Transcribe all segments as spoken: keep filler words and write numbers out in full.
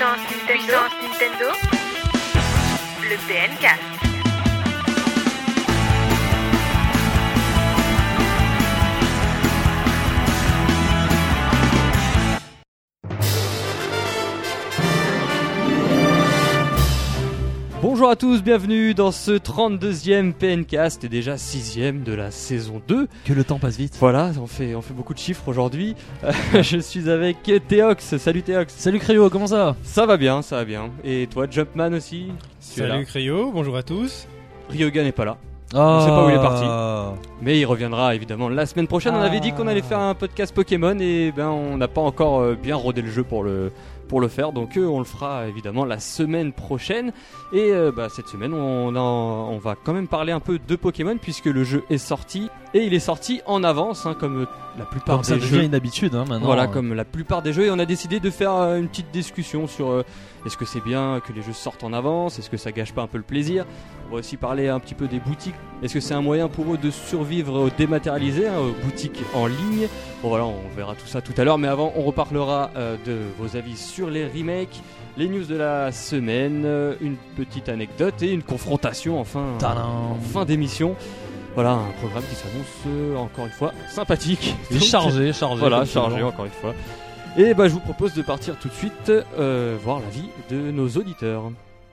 Puissance Nintendo, Puissance Nintendo, le P N Cast. Bonjour à tous, bienvenue dans ce trente-deuxième P N Cast et déjà sixième de la saison deux. Que le temps passe vite. Voilà, on fait, on fait beaucoup de chiffres aujourd'hui. Euh, je suis avec Théox. Salut Théox. Salut Cryo, comment ça va ? Ça va bien, ça va bien. Et toi, Jumpman aussi ? Salut Cryo, bonjour à tous. Ryoga n'est pas là. Oh. On sait pas où il est parti. Mais il reviendra évidemment la semaine prochaine. Ah. On avait dit qu'on allait faire un podcast Pokémon et ben on n'a pas encore euh, bien rodé le jeu pour le... pour le faire, donc euh, on le fera évidemment la semaine prochaine. Et euh, bah, cette semaine on, en, on va quand même parler un peu de Pokémon puisque le jeu est sorti et il est sorti en avance hein, comme la plupart comme des ça jeux. devient une habitude hein, maintenant. Voilà, comme la plupart des jeux, et on a décidé de faire euh, une petite discussion sur euh, est-ce que c'est bien que les jeux sortent en avance, est-ce que ça gâche pas un peu le plaisir. On va aussi parler un petit peu des boutiques, est-ce que c'est un moyen pour eux de survivre au dématérialisé, hein, aux boutiques en ligne. Bon voilà, on verra tout ça tout à l'heure, mais avant on reparlera euh, de vos avis sur les remakes, les news de la semaine, euh, une petite anecdote et une confrontation enfin en fin d'émission. Voilà, un programme qui s'annonce euh, encore une fois sympathique. Et chargé, chargé. Voilà, chargé encore une fois. Et bah je vous propose de partir tout de suite euh, voir l'avis de nos auditeurs.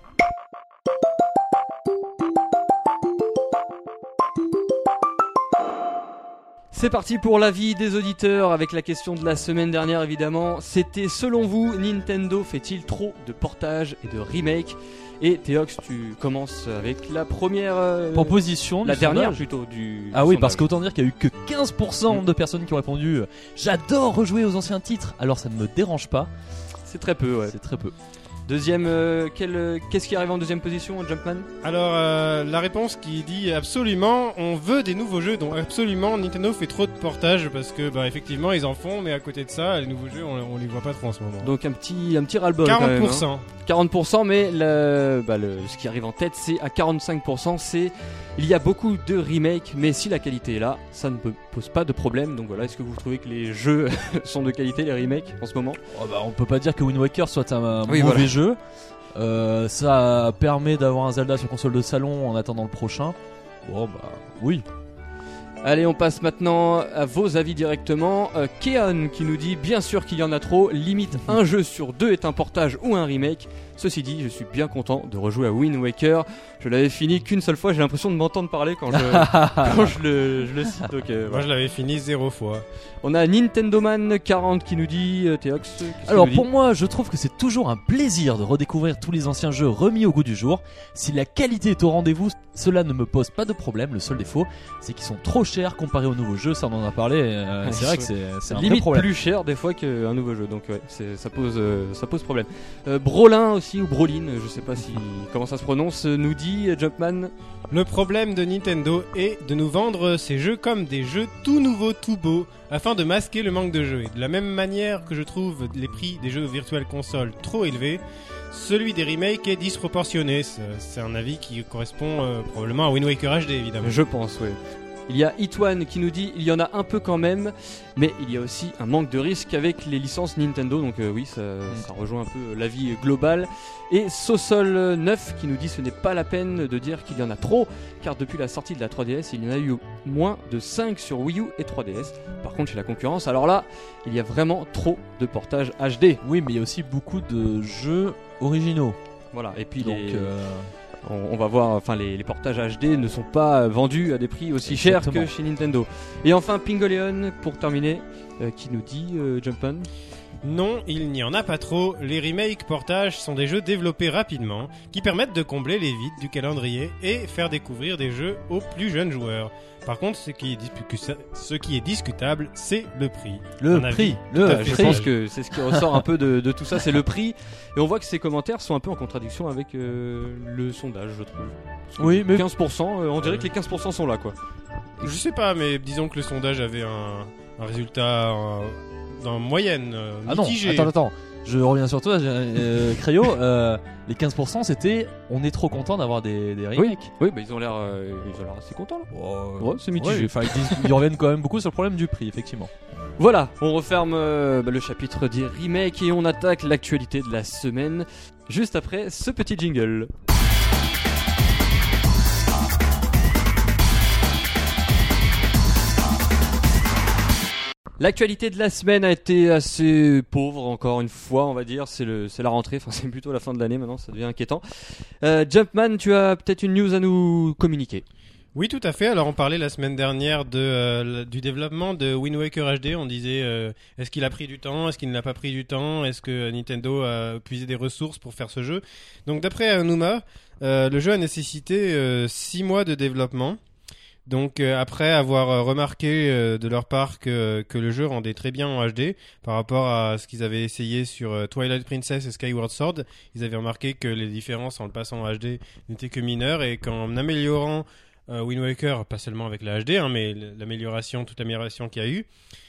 C'est parti pour l'avis des auditeurs avec la question de la semaine dernière évidemment. C'était selon vous, Nintendo fait-il trop de portages et de remakes ? Et Théox, tu commences avec la première euh, proposition, la dernière sondage. plutôt du Ah oui, sondage. parce qu'autant dire qu'il y a eu que quinze pour cent mmh. de personnes qui ont répondu euh, j'adore rejouer aux anciens titres, alors ça ne me dérange pas. C'est très peu, ouais. C'est très peu. Deuxième, euh, quel, euh, qu'est-ce qui arrive en deuxième position, Jumpman ? Alors, euh, la réponse qui dit absolument, on veut des nouveaux jeux, donc absolument, Nintendo fait trop de portages parce que, bah, effectivement, ils en font, mais à côté de ça, les nouveaux jeux, on, on les voit pas trop en ce moment. Donc un petit, un petit ras-le-bol quarante pour cent. quand même. Hein. quarante pour cent, mais le, bah, le, ce qui arrive en tête, c'est à quarante-cinq pour cent, c'est il y a beaucoup de remakes, mais si la qualité est là, ça ne pose pas de problème. Donc voilà, est-ce que vous trouvez que les jeux sont de qualité, les remakes, en ce moment ? Oh bah, on peut pas dire que Wind Waker soit un oui, mauvais voilà. jeu. Euh, ça permet d'avoir un Zelda sur console de salon en attendant le prochain. Bon bah oui. Allez, on passe maintenant à vos avis directement. Euh, Keon qui nous dit bien sûr qu'il y en a trop, limite un jeu sur deux est un portage ou un remake. Ceci dit, je suis bien content de rejouer à Wind Waker. Je l'avais fini qu'une seule fois, j'ai l'impression de m'entendre parler quand je, quand je, le, je le cite. Donc, euh, Moi, voilà. je l'avais fini zéro fois. On a Nintendoman quarante qui nous dit euh, Théox. Alors nous pour dit moi, je trouve que c'est toujours un plaisir de redécouvrir tous les anciens jeux remis au goût du jour. Si la qualité est au rendez-vous, cela ne me pose pas de problème. Le seul défaut, c'est qu'ils sont trop chers comparés aux nouveaux jeux. Ça, on en a parlé. Euh, Ouais, c'est vrai que c'est- c'est, c'est un vrai limite problème. plus cher des fois qu'un nouveau jeu. Donc ouais, c'est, ça pose euh, ça pose problème. Euh, Brolin aussi ou Brolin, je sais pas si comment ça se prononce, euh, nous dit euh, Jumpman. Le problème de Nintendo est de nous vendre ces jeux comme des jeux tout nouveaux, tout beaux, afin de masquer le manque de jeux. Et de la même manière que je trouve les prix des jeux virtuelles consoles trop élevés, celui des remakes est disproportionné. C'est, c'est un avis qui correspond euh, probablement à Wind Waker H D, évidemment. Je pense, oui. Il y a Itwan qui nous dit il y en a un peu quand même, mais il y a aussi un manque de risque avec les licences Nintendo. Donc euh, oui, ça, ça rejoint un peu l'avis global. Et Sosol neuf qui nous dit ce n'est pas la peine de dire qu'il y en a trop, car depuis la sortie de la trois D S, il y en a eu moins de cinq sur Wii U et trois D S. Par contre, chez la concurrence, alors là, il y a vraiment trop de portages H D. Oui, mais il y a aussi beaucoup de jeux originaux. Voilà, et puis Donc les... euh, On, on va voir, enfin les, les portages H D ne sont pas vendus à des prix aussi chers Exactement. que chez Nintendo. Et enfin Pingoleon pour terminer, euh, qui nous dit euh, Jumpon. Non, il n'y en a pas trop. Les remakes portages sont des jeux développés rapidement, qui permettent de combler les vides du calendrier et faire découvrir des jeux aux plus jeunes joueurs. Par contre, ce qui est, discu- ce qui est discutable, c'est le prix. le Un avis prix, tout à le fait Je prix. pense que c'est ce qui ressort un peu de, de tout ça, c'est le prix. Et on voit que ces commentaires sont un peu en contradiction avec euh, le sondage, je trouve. Parce que Oui, mais- quinze pour cent, euh, on dirait que les quinze pour cent sont là, quoi. Je sais pas, mais disons que le sondage avait un, un résultat euh, en moyenne, euh, Ah non, mitigé. attends, attends. Je reviens sur toi, euh, Créo. Euh, les quinze pour cent, c'était on est trop content d'avoir des, des remakes. Oui, bah ils ont l'air, euh, ils ont l'air assez contents là. Oh, Ouais, c'est mitigé. ouais, enfin, ils, disent- ils reviennent quand même beaucoup sur le problème du prix, effectivement. Voilà, on referme euh, bah, le chapitre des remakes et on attaque l'actualité de la semaine juste après ce petit jingle. L'actualité de la semaine a été assez pauvre, encore une fois, on va dire. C'est, le, c'est la rentrée, enfin c'est plutôt la fin de l'année maintenant, ça devient inquiétant. Euh, Jumpman, tu as peut-être une news à nous communiquer. Oui, tout à fait. Alors, on parlait la semaine dernière de, euh, du développement de Wind Waker H D. On disait, euh, est-ce qu'il a pris du temps? Est-ce qu'il n'a pas pris du temps? Est-ce que Nintendo a puisé des ressources pour faire ce jeu? Donc, d'après Aonuma, euh, le jeu a nécessité euh, six mois de développement. Donc euh, après avoir euh, remarqué euh, de leur part que, que le jeu rendait très bien en H D par rapport à ce qu'ils avaient essayé sur euh, Twilight Princess et Skyward Sword, ils avaient remarqué que les différences en le passant en H D n'étaient que mineures et qu'en améliorant euh, Wind Waker, pas seulement avec la H D, hein, mais l'amélioration, toute l'amélioration qu'il y a eu,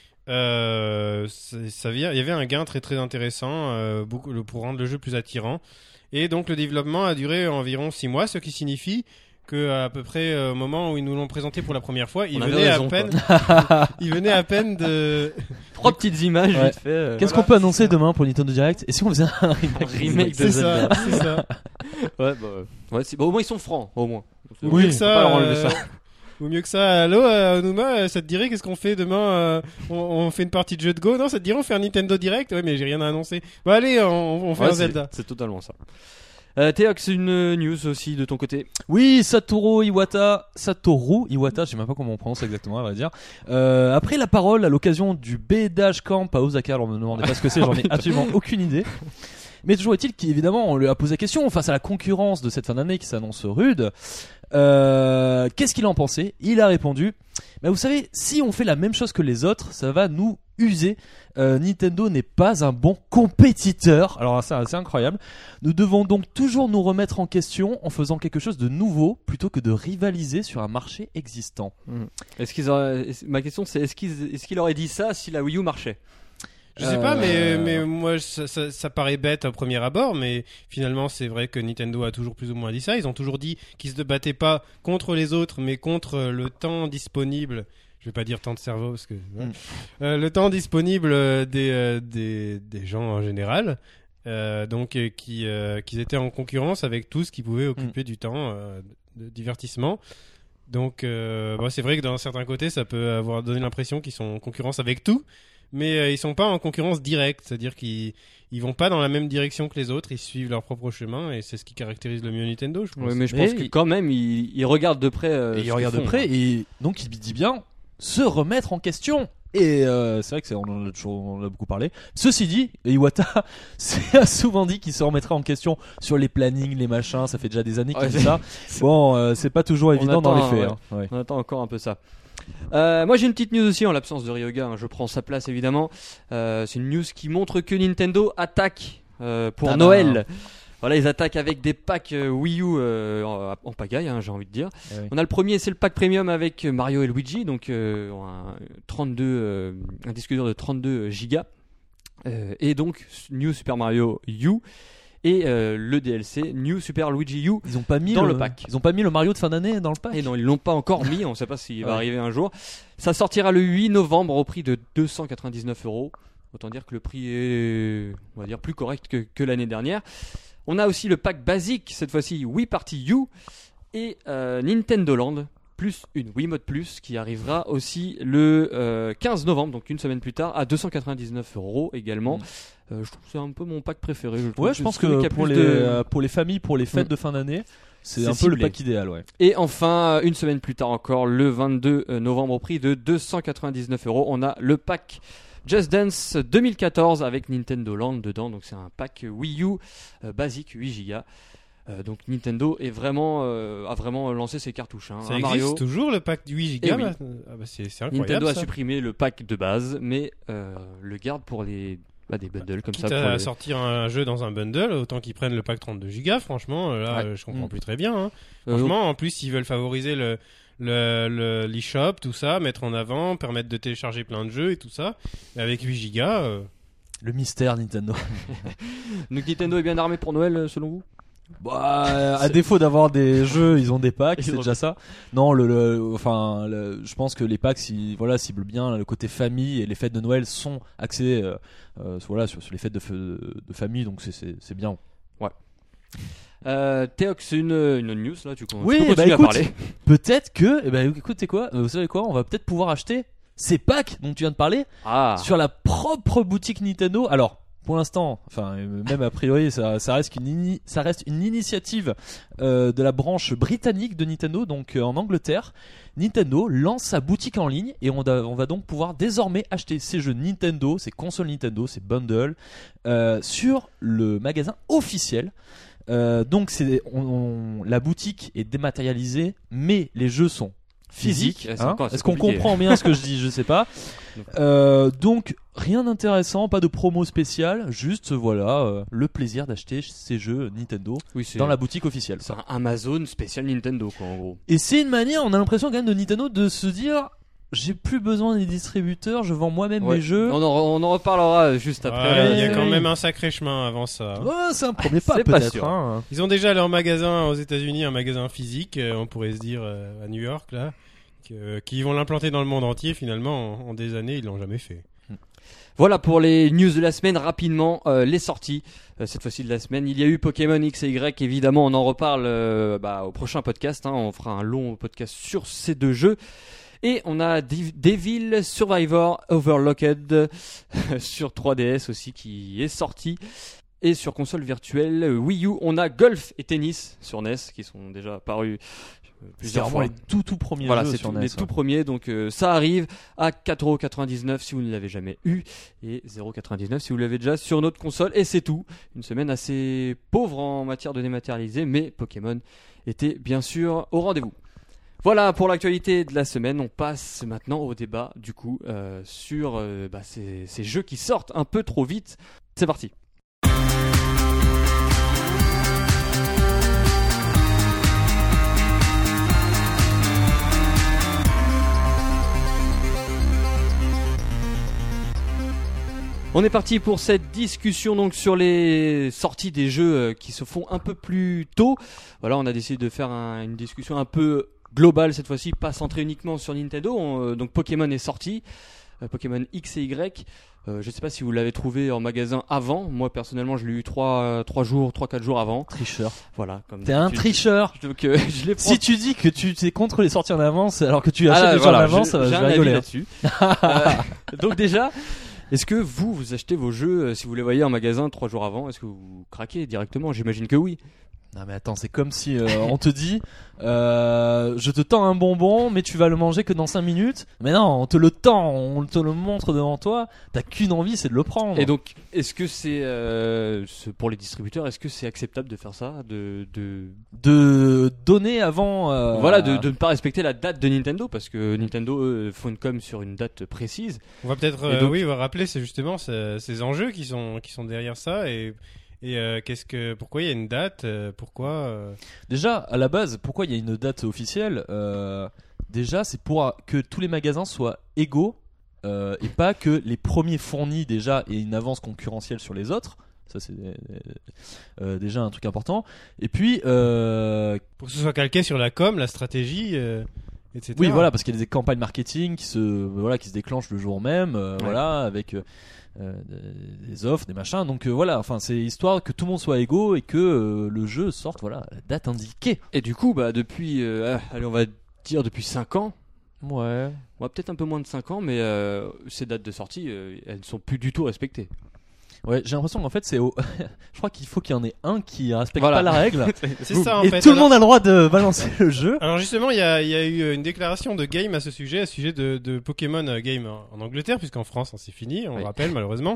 euh, ça vient, il y avait un gain très très intéressant euh, beaucoup, pour rendre le jeu plus attirant. Et donc le développement a duré environ six mois, ce qui signifie que à peu près euh, au moment où ils nous l'ont présenté pour la première fois, il On avait venait raison, à peine, il venait à peine de Trois petites images Ouais. vite fait. euh, Qu'est-ce voilà, qu'on peut annoncer c'est ça. demain pour Nintendo Direct? Et si on faisait un remake, remake de c'est Zelda. ça, c'est ça. Ouais, bah, ouais, c'est, bah, au moins ils sont francs, au moins. Ou Oui, mieux que faut pas leur ça, enlever euh, ça. ou mieux que ça. Allô, euh, Onuma, euh, ça te dirait qu'est-ce qu'on fait demain euh, on, on fait une partie de jeu de Go? Non, ça te dirait on fait un Nintendo Direct? Ouais, mais j'ai rien à annoncer. Bon allez, on, on fait Ouais, un c'est, Zelda. c'est totalement ça. Euh, Théox, une news aussi de ton côté. Oui, Satoru Iwata, Satoru Iwata, je sais même pas comment on prononce exactement, à vrai dire. Euh, après la parole à l'occasion du B-Dash Camp à Osaka, alors me demandez pas ce que c'est, j'en ai absolument aucune idée. Mais toujours est-il qu'évidemment, on lui a posé la question face à la concurrence de cette fin d'année qui s'annonce rude. Euh, qu'est-ce qu'il en pensait? Il a répondu, bah, vous savez, si on fait la même chose que les autres, ça va nous user. Euh, Nintendo n'est pas un bon compétiteur. Alors ça, c'est incroyable. Nous devons donc toujours nous remettre en question en faisant quelque chose de nouveau plutôt que de rivaliser sur un marché existant. Est-ce qu'ils auraient... est-ce- Ma question c'est est-ce qu'ils... est-ce qu'il aurait dit ça si la Wii U marchait? Je sais pas, mais, Euh, mais moi, ça, ça, ça paraît bête au premier abord, mais finalement, c'est vrai que Nintendo a toujours plus ou moins dit ça. Ils ont toujours dit qu'ils se battaient pas contre les autres, mais contre le temps disponible. Je vais pas dire temps de cerveau, parce que... hein. Mm. Euh, le temps disponible euh, des, euh, des, des gens en général. Euh, donc, euh, qui, euh, qu'ils étaient en concurrence avec tout ce qui pouvait occuper du temps euh, de divertissement. Donc, euh, bon, c'est vrai que dans certains côtés, ça peut avoir donné l'impression qu'ils sont en concurrence avec tout. Mais euh, ils sont pas en concurrence directe, c'est-à-dire qu'ils ils vont pas dans la même direction que les autres, ils suivent leur propre chemin et c'est ce qui caractérise le mieux Nintendo, je pense. Ouais, mais je Mais pense que il- quand même ils, ils regardent de près. euh, Et ce il regarde de qu'ils font, près hein. et donc il dit bien se remettre en question. Et euh, c'est vrai que c'est, on en a toujours on en a beaucoup parlé. Ceci dit, Iwata c'est- a souvent dit qu'il se remettrait en question sur les plannings, les machins. Ça fait déjà des années qu'il Ouais, dit ça. Bon, euh, c'est pas toujours On évident dans les attend, faits. ouais. hein. Ouais. On attend encore un peu ça. Euh, moi j'ai une petite news aussi en l'absence de Ryoga, hein, je prends sa place évidemment. Euh, c'est une news qui montre que Nintendo attaque euh, pour Tadam. Noël. Voilà, ils attaquent avec des packs euh, Wii U euh, en, en pagaille, hein, j'ai envie de dire. Eh oui. On a le premier, c'est le pack premium avec Mario et Luigi, donc euh, un, trente-deux, euh, un disque dur de trente-deux gigas. Euh, et donc New Super Mario U et euh, le D L C New Super Luigi U. Ils ont pas mis Dans le, le pack. Ils ont pas mis le Mario de fin d'année dans le pack. Et non, ils l'ont pas encore mis, on ne sait pas s'il va Ouais. arriver un jour. Ça sortira le huit novembre au prix de deux cent quatre-vingt-dix-neuf euros. Autant dire que le prix est, on va dire, plus correct que, que l'année dernière. On a aussi le pack basique, cette fois-ci Wii Party U et euh, Nintendo Land, plus une Wiimote Plus qui arrivera aussi le euh, quinze novembre, donc une semaine plus tard, à deux cent quatre-vingt-dix-neuf euros également. Mm. Euh, je trouve que c'est un peu mon pack préféré. Je trouve Ouais, je pense celui qui que a pour plus les de- euh, pour les familles, pour les fêtes Mm. de fin d'année, c'est, C'est un peu le ciblé. pack idéal, ouais. Et enfin, une semaine plus tard encore, le vingt-deux novembre, au prix de deux cent quatre-vingt-dix-neuf euros, on a le pack Just Dance deux mille quatorze avec Nintendo Land dedans. Donc c'est un pack Wii U euh, basique huit gigas. Euh, donc Nintendo est vraiment, euh, a vraiment lancé ses cartouches. Hein. Ça Un existe Mario, toujours le pack huit gigas Eh oui. là ah bah c'est, c'est incroyable Nintendo a ça. supprimé le pack de base, mais euh, le garde pour les, bah, des bundles comme Quitte ça. Pour à les- sortir un jeu dans un bundle, autant qu'ils prennent le pack trente-deux gigas, franchement, euh, là Ouais. euh, je comprends Mm. plus très bien. Hein. Euh, Franchement, en plus, s'ils veulent favoriser le, le, le, l'eShop, tout ça, mettre en avant, permettre de télécharger plein de jeux et tout ça, mais avec huit gigas, euh, Le mystère Nintendo. Donc Nintendo est bien armé pour Noël euh, selon vous? Bah, à défaut d'avoir des jeux, ils ont des packs, Ils c'est ont- déjà ça. Non, le, le- enfin, le- je pense que les packs, si, voilà, ciblent bien le côté famille et les fêtes de Noël sont axés, euh, euh, voilà, sur, sur les fêtes de, fe- de famille, donc c'est, c'est, c'est bien. Euh, Théox, une, une news là, tu, con- tu Oui, peux bah continuer écoute, à parler. Peut-être que, eh ben, écoutez quoi, vous savez quoi, on va peut-être pouvoir acheter ces packs dont tu viens de parler Ah, sur la propre boutique Nintendo. Alors, pour l'instant, enfin, euh, même a priori, ça, ça reste une, ini- ça reste une initiative euh, de la branche britannique de Nintendo, donc euh, en Angleterre. Nintendo lance sa boutique en ligne et on, da- on va donc pouvoir désormais acheter ces jeux Nintendo, ces consoles Nintendo, ces bundles euh, sur le magasin officiel. Euh, donc, c'est, on, on- la boutique est dématérialisée, mais les jeux sont physiques. Physique, c'est hein. encore- c'est Est-ce qu'on compliqué. comprend bien ce que je dis? Je sais pas. Euh, donc rien d'intéressant, pas de promo spéciale, juste voilà euh, le plaisir d'acheter ces jeux Nintendo oui, c'est dans la boutique officielle. c'est un Amazon spécial Nintendo quoi en gros. Et c'est une manière, on a l'impression quand même de Nintendo de se dire j'ai plus besoin des distributeurs, je vends moi-même Ouais. mes jeux. On en, on en reparlera juste après. Ouais, il y a euh, quand oui. même un sacré chemin avant ça. Ouais, c'est un premier pas c'est pas peut-être. sûr. hein. Ils ont déjà leur magasin aux États-Unis, un magasin physique, euh, on pourrait se dire euh, à New York là, que, qui vont l'implanter dans le monde entier. Finalement, en, en des années, ils l'ont jamais fait. Voilà pour les news de la semaine. Rapidement, euh, les sorties euh, cette fois-ci de la semaine. Il y a eu Pokémon X et Y. Évidemment, on en reparle euh, bah, au prochain podcast. Hein. On fera un long podcast sur ces deux jeux. Et on a Div- Devil Survivor Overlocked sur trois D S aussi qui est sorti. Et sur console virtuelle euh, Wii U, on a Golf et Tennis sur N E S qui sont déjà apparus euh, C'est plusieurs vraiment fois. les tout tout premiers Voilà, jeux c'est sur tout- N E les S. tout premiers, donc euh, ça arrive à quatre euros quatre-vingt-dix-neuf si vous ne l'avez jamais eu et zéro euros quatre-vingt-dix-neuf si vous l'avez déjà sur notre console. Et c'est tout. Une semaine assez pauvre en matière de dématérialisé, mais Pokémon était bien sûr au rendez-vous. Voilà pour l'actualité de la semaine. On passe maintenant au débat du coup euh, sur euh, bah, ces, ces jeux qui sortent un peu trop vite. C'est parti. On est parti pour cette discussion donc sur les sorties des jeux euh, qui se font un peu plus tôt. Voilà, on a décidé de faire un- une discussion un peu globale cette fois-ci, pas centrée uniquement sur Nintendo. On, euh, donc Pokémon est sorti, euh, Pokémon X et Y. Euh, je sais pas si vous l'avez trouvé en magasin avant. Moi personnellement, je l'ai eu trois trois jours, trois quatre jours avant. Tricheur. Voilà, comme T'es un d'habitude. tricheur. Donc euh, je l'ai Si tu dis que tu es contre les sorties en avance alors que tu Ah achètes là, les jeux voilà, en avance, j'ai- ça va- j'ai je un vais avis rigoler. hein. là-dessus. Euh, donc déjà, est-ce que vous, vous achetez vos jeux, euh, si vous les voyez en magasin trois jours avant, est-ce que vous craquez directement? J'imagine que oui. Non mais attends, c'est comme si euh, on te dit euh, je te tends un bonbon mais tu vas le manger que dans cinq minutes. Mais non, on te le tend, on te le montre devant toi, t'as qu'une envie, c'est de le prendre. Et donc, est-ce que c'est, euh, ce- pour les distributeurs, est-ce que c'est acceptable de faire ça, de, de de donner avant euh, voilà, de, de ne pas respecter la date de Nintendo, parce que Nintendo eux, font une com sur une date précise. On va peut-être, Et euh, donc- oui, on va rappeler, c'est justement ce- ces enjeux qui sont qui sont derrière ça et et euh, qu'est-ce que, pourquoi il y a une date, euh, pourquoi. euh, Déjà, à la base, pourquoi il y a une date officielle euh, Déjà, c'est pour que tous les magasins soient égaux euh, et pas que les premiers fournis déjà aient une avance concurrentielle sur les autres. Ça, c'est euh, euh, déjà un truc important. Et puis, euh, pour que ce soit calqué sur la com, la stratégie, euh, et cetera. oui, voilà, parce qu'il y a des campagnes marketing qui se, voilà, qui se déclenchent le jour même, euh, Ouais. voilà, avec euh, euh, des offres, des machins. Donc euh, voilà, enfin, c'est histoire que tout le monde soit égaux et que euh, le jeu sorte, voilà, à la date indiquée. Et du coup, bah, depuis, euh, ah, allez, on va dire depuis cinq ans, Ouais. ouais, peut-être un peu moins de cinq ans, mais euh, ces dates de sortie, euh, elles ne sont plus du tout respectées. Ouais, j'ai l'impression qu'en fait c'est au... je crois qu'il faut qu'il y en ait un qui respecte Voilà. pas la règle C'est ça en et fait. tout le Alors- monde a le droit de balancer le jeu. Alors justement, il y a, il y a eu une déclaration de Game à ce sujet, à ce sujet de, de Pokémon euh, Game en, en Angleterre, puisqu'en France, hein, c'est fini, on Oui. le rappelle malheureusement.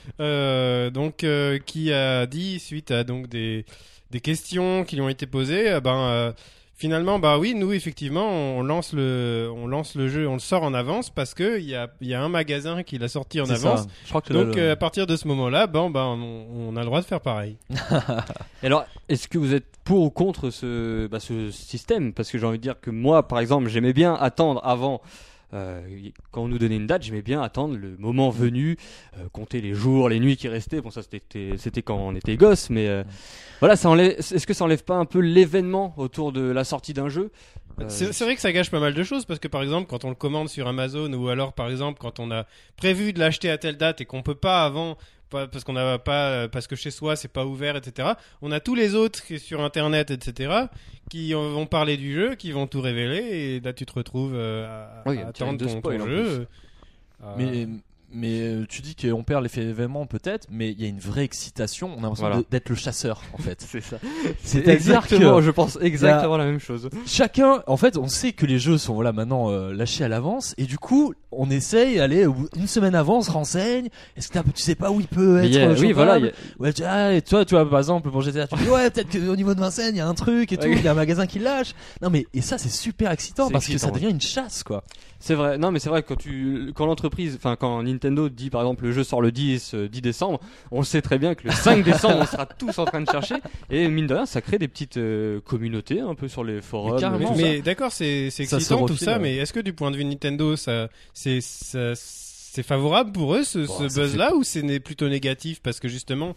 Euh, donc, euh, qui a dit suite à donc des des questions qui lui ont été posées, euh, ben euh, finalement, bah oui, nous effectivement, on lance le on lance le jeu, on le sort en avance parce que il y a il y a un magasin qui l'a sorti en C'est avance. ça. Je crois que Donc le- euh, à partir de ce moment-là, bon, bah, on, on a le droit de faire pareil. Et alors, est-ce que vous êtes pour ou contre ce, bah, ce système? Parce que j'ai envie de dire que moi, par exemple, j'aimais bien attendre avant Euh, quand on nous donnait une date, j'aimais bien attendre le moment venu, euh, compter les jours, les nuits qui restaient. Bon, ça c'était, c'était quand on était gosse, mais euh, voilà, ça enlève, est-ce que ça enlève pas un peu l'événement autour de la sortie d'un jeu? euh, C'est, c'est vrai que ça gâche pas mal de choses parce que par exemple quand on le commande sur Amazon ou alors par exemple quand on a prévu de l'acheter à telle date et qu'on peut pas avant pas, parce qu'on n'a pas parce que chez soi c'est pas ouvert, et cetera. On a tous les autres qui, sur internet, et cetera, qui vont parler du jeu, qui vont tout révéler et là tu te retrouves euh, à, Oui, à un attendre de ton, spoil, ton en jeu. Euh, Mais, mais euh, tu dis qu'on perd l'effet événement peut-être, mais il y a une vraie excitation. On a l'impression Voilà. de- d'être le chasseur en fait. c'est ça. C'est-à-dire exactement, que je pense exactement la même chose. chacun, en fait, on sait que les jeux sont voilà maintenant euh, lâchés à l'avance et du coup, on essaye, allez, au bout- une semaine avant, on se renseigne. Est-ce que t'as- tu sais pas où il peut Mais être il y a- euh, oui, jouable voilà. il y a- Ouais, tu, ah, et toi, tu vois, par exemple, pour G T A, tu dis ouais, peut-être qu'au niveau de Vincennes, il y a un truc et tout, il y a un magasin qui lâche. Non mais et ça, c'est super excitant C'est parce que excitant, ça devient une chasse quoi. C'est vrai, non mais c'est vrai que quand tu, quand l'entreprise, enfin quand Nintendo dit par exemple le jeu sort le dix, euh, dix décembre, on sait très bien que le cinq décembre on sera tous en train de chercher et mine de rien ça crée des petites euh, communautés un peu sur les forums. Mais carrément. et tout mais d'accord, c'est, c'est Ça se excitant tout refile, ça, ouais. mais est-ce que du point de vue Nintendo, ça, c'est, ça, c'est favorable pour eux ce, Bon, ce ça buzz-là ou c'est né- plutôt négatif parce que justement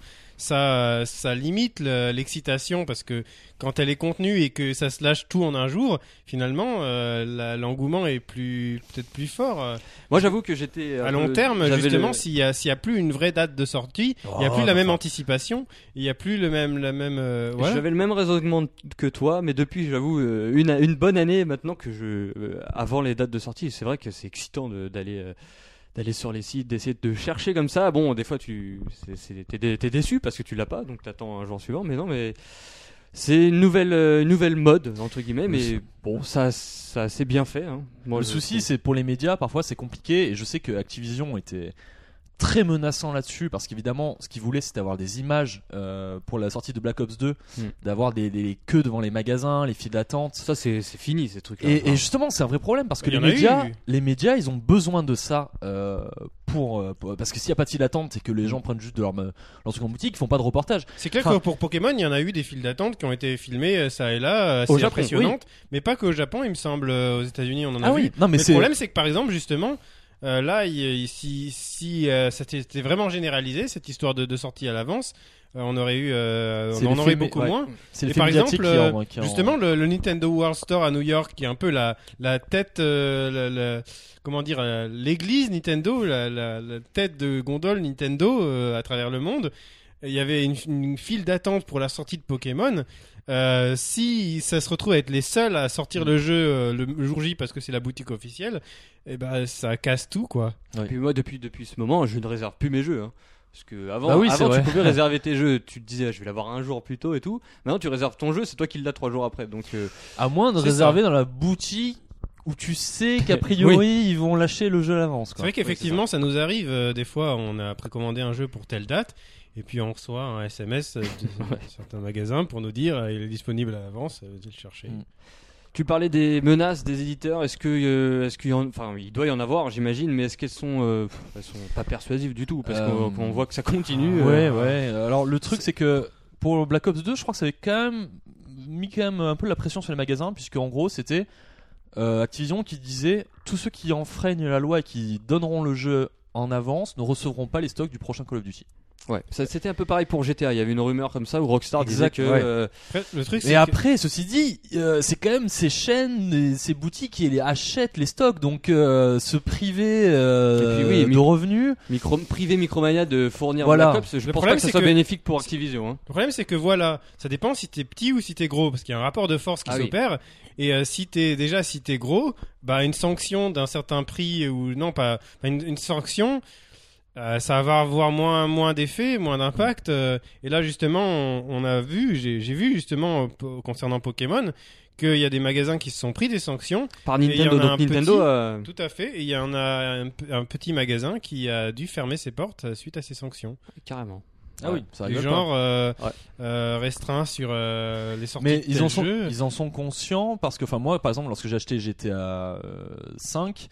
ça, ça limite le- l'excitation parce que quand elle est contenue et que ça se lâche tout en un jour, finalement euh, la- l'engouement est plus peut-être plus fort. euh. Moi j'avoue que j'étais un À long peu- terme, j'avais justement, le- s'il y a s'il y a plus une vraie date de sortie, il y a Oh, plus la même enfin. anticipation, il y a plus le même la même euh, voilà. J'avais le même raisonnement que toi, mais depuis, j'avoue, euh, une, une bonne année maintenant que je, euh, avant les dates de sortie, c'est vrai que c'est excitant de- d'aller, euh, d'aller sur les sites, d'essayer de chercher comme ça. Bon, des fois, tu, c'est, c'est- t'es, dé- t'es déçu parce que tu l'as pas, donc t'attends un jour suivant. Mais non, mais c'est une nouvelle, euh, une nouvelle mode entre guillemets, mais bon, ça, ça c'est bien fait. Hein. Moi, Le je souci, trouve. c'est pour les médias, parfois c'est compliqué et je sais que Activision était très menaçant là-dessus parce qu'évidemment, ce qu'ils voulaient, c'était avoir des images euh, pour la sortie de Black Ops deux, Mm. d'avoir des, des queues devant les magasins, les files d'attente. ça, c'est, c'est fini ces trucs-là. Et, Enfin, et justement, c'est un vrai problème parce que Il y les en a médias, eu. les médias, ils ont besoin de ça euh, pour, euh, pour- parce que s'il y a pas de file d'attente, c'est que les gens prennent juste de leur, leur truc en boutique, ils font pas de reportage. C'est clair Enfin- que pour Pokémon, il y en a eu des files d'attente qui ont été filmées euh, ça et là, euh, assez Au Japon, impressionnantes, mais pas qu'au Japon, il me semble. euh, Aux États-Unis, on en a Ah vu. oui, non mais Mais c'est le problème, c'est que par exemple, justement, euh, là, il, il- si, si euh, ça était vraiment généralisé cette histoire de, de sortie à l'avance, euh, on aurait eu, euh, C'est on en l'effet aurait mé- beaucoup ouais. moins. c'est Et l'effet par médiatique exemple, qui euh, en- qui en- Justement, le, le Nintendo World Store à New York, qui est un peu la, la tête, euh, la- la- comment dire, euh, l'église Nintendo, la, la, la tête de gondole Nintendo euh, à travers le monde. Il y avait une, une file d'attente pour la sortie de Pokémon. Euh, si ça se retrouve à être les seuls à sortir le jeu euh, le jour J parce que c'est la boutique officielle, et ben ça casse tout quoi. Et puis moi, depuis, depuis ce moment, je ne réserve plus mes jeux. Hein. Parce que avant, Bah oui, c'est avant tu vrai. pouvais réserver tes jeux, tu te disais je vais l'avoir un jour plus tôt et tout. Maintenant tu réserves ton jeu, c'est toi qui l'as trois jours après. Donc euh, à moins de C'est réserver dans la boutique où tu sais qu'a priori ils vont lâcher le jeu à l'avance. C'est quoi. vrai qu'effectivement ça nous arrive euh, des fois on a précommandé un jeu pour telle date et puis on reçoit un S M S de certains magasins pour nous dire euh, il est disponible à l'avance, euh, veuillez le chercher. Mm. tu parlais des menaces des éditeurs. Est-ce que, euh, est-ce qu'il y en, enfin il doit y en avoir, j'imagine, mais est-ce qu'elles sont, euh, pff, elles sont pas persuasives du tout parce Euh, qu'on qu'on voit que ça continue. Ouais, euh, ouais. Alors le truc c'est que pour Black Ops deux, je crois que ça avait quand même mis quand même un peu la pression sur les magasins puisque en gros c'était euh, Activision qui disait tous ceux qui enfreignent la loi et qui donneront le jeu en avance ne recevront pas les stocks du prochain Call of Duty. Ouais, ça, c'était un peu pareil pour G T A. Il y avait une rumeur comme ça où Rockstar Exact, disait que ouais. euh, Après, le truc c'est Et que- après, ceci dit, euh, c'est quand même ces chaînes, et ces boutiques qui les achètent les stocks, donc euh, se priver euh, Et puis oui, de mi- revenus. micro, privé Micromania de fournir Voilà. Black Ops, je Le pense problème, pas que ça c'est soit que- bénéfique pour Activision. Hein. Le problème, c'est que voilà, ça dépend si t'es petit ou si t'es gros, parce qu'il y a un rapport de force qui Ah oui. s'opère. Et euh, si t'es déjà si t'es gros, bah une sanction d'un certain prix ou non pas, pas une, une sanction, euh, ça va avoir moins moins d'effet, moins d'impact. euh, et là justement, on, on a vu, j'ai j'ai vu justement euh, po- concernant Pokémon qu'il y a des magasins qui se sont pris des sanctions. Par Et il y Nintendo, en a donc un Nintendo. petit- euh, Tout à fait. Et il y en a un, p- un petit magasin qui a dû fermer ses portes euh, suite à ces sanctions. carrément. Ah oui, ça Du rigole pas. genre euh, Ouais. euh, restreint sur euh, les sorties Mais de ils tel en sont, jeu. ils en sont conscients parce que, enfin moi, par exemple, lorsque j'ai acheté G T A euh, cinq,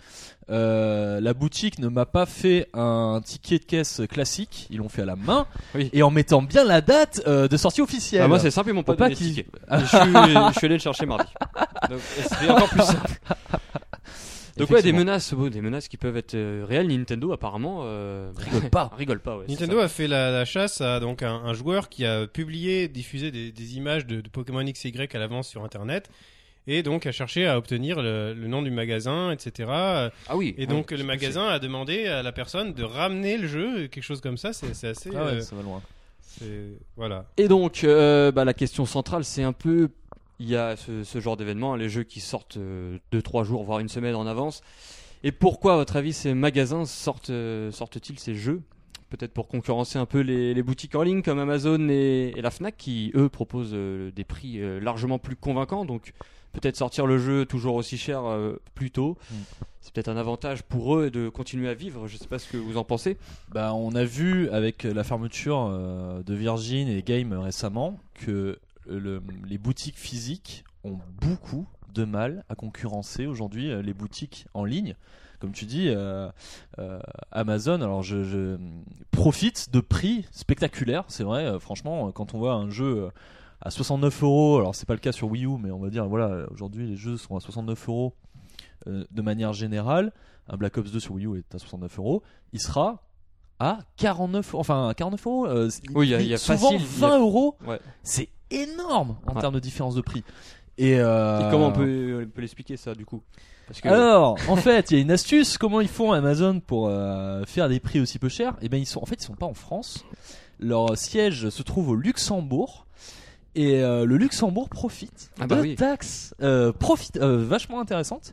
euh, la boutique ne m'a pas fait un ticket de caisse classique. Ils l'ont fait à la main Oui. et en mettant bien la date euh, de sortie officielle. Ah, moi, c'est simple, ils m'ont pas Faut pas donné de qu'ils- ticket. Ah. Je suis, je suis allé le chercher mardi. Donc, c'était encore plus simple. Donc ouais, des Effectivement. menaces, bon, des menaces qui peuvent être euh, réelles. Nintendo apparemment euh, Rigole pas. rigole pas. Ouais, c'est Nintendo ça. a fait la, la chasse à donc un, un joueur qui a publié, diffusé des, des images de, de Pokémon X Y à l'avance sur Internet, et donc a cherché à obtenir le, le nom du magasin, et cetera. Ah oui. Et ouais, donc je le sais. magasin a demandé à la personne de ramener le jeu, quelque chose comme ça. C'est, c'est assez. Ah ouais, euh, ça va loin. c'est- voilà. Et donc, euh, bah, la question centrale, c'est un peu, il y a ce, ce genre d'événement, les jeux qui sortent deux trois jours, voire une semaine en avance. Et pourquoi, à votre avis, ces magasins sortent, euh, sortent-ils ces jeux ? Peut-être pour concurrencer un peu les, les boutiques en ligne comme Amazon et, et la Fnac, qui eux proposent euh, des prix euh, largement plus convaincants. Donc, peut-être sortir le jeu toujours aussi cher euh, plus tôt. Mm. C'est peut-être un avantage pour eux de continuer à vivre. Je sais pas ce que vous en pensez. Bah, on a vu avec la fermeture euh, de Virgin et Game récemment que le- les boutiques physiques ont beaucoup de mal à concurrencer aujourd'hui euh, les boutiques en ligne. Comme tu dis, euh, euh, Amazon, alors je, je profite de prix spectaculaires, c'est vrai. euh, franchement, quand on voit un jeu euh, à soixante-neuf euros, alors c'est pas le cas sur Wii U, mais on va dire voilà, aujourd'hui les jeux sont à soixante-neuf euros euh, de manière générale. Un Black Ops deux sur Wii U est à soixante-neuf euros. Il sera à quarante-neuf, enfin quarante-neuf euros. euh, Oui, il y a- il y a souvent facile, il y a- vingt euros. Ouais. C'est énorme en Ouais. termes de différence de prix. Et, euh, Et comment on peut, on peut l'expliquer ça du coup ? Parce que Alors, en fait, il y a une astuce. Comment ils font Amazon pour euh, faire des prix aussi peu chers ? Eh ben, ils sont, en fait, ils sont pas en France. Leur siège se trouve au Luxembourg. Et euh, le Luxembourg profite Ah bah de oui. taxes euh, profite, euh, vachement intéressantes.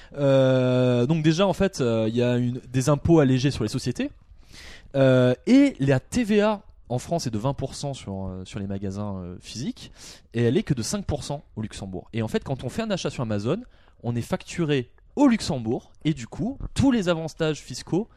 Euh, donc déjà, en fait, euh, il y a une, des impôts allégés sur les sociétés. Euh, et la T V A en France est de vingt pour cent sur, euh, sur les magasins euh, physiques. Et elle est que de cinq pour cent au Luxembourg. Et en fait, quand on fait un achat sur Amazon, on est facturé au Luxembourg. Et du coup, tous les avantages fiscaux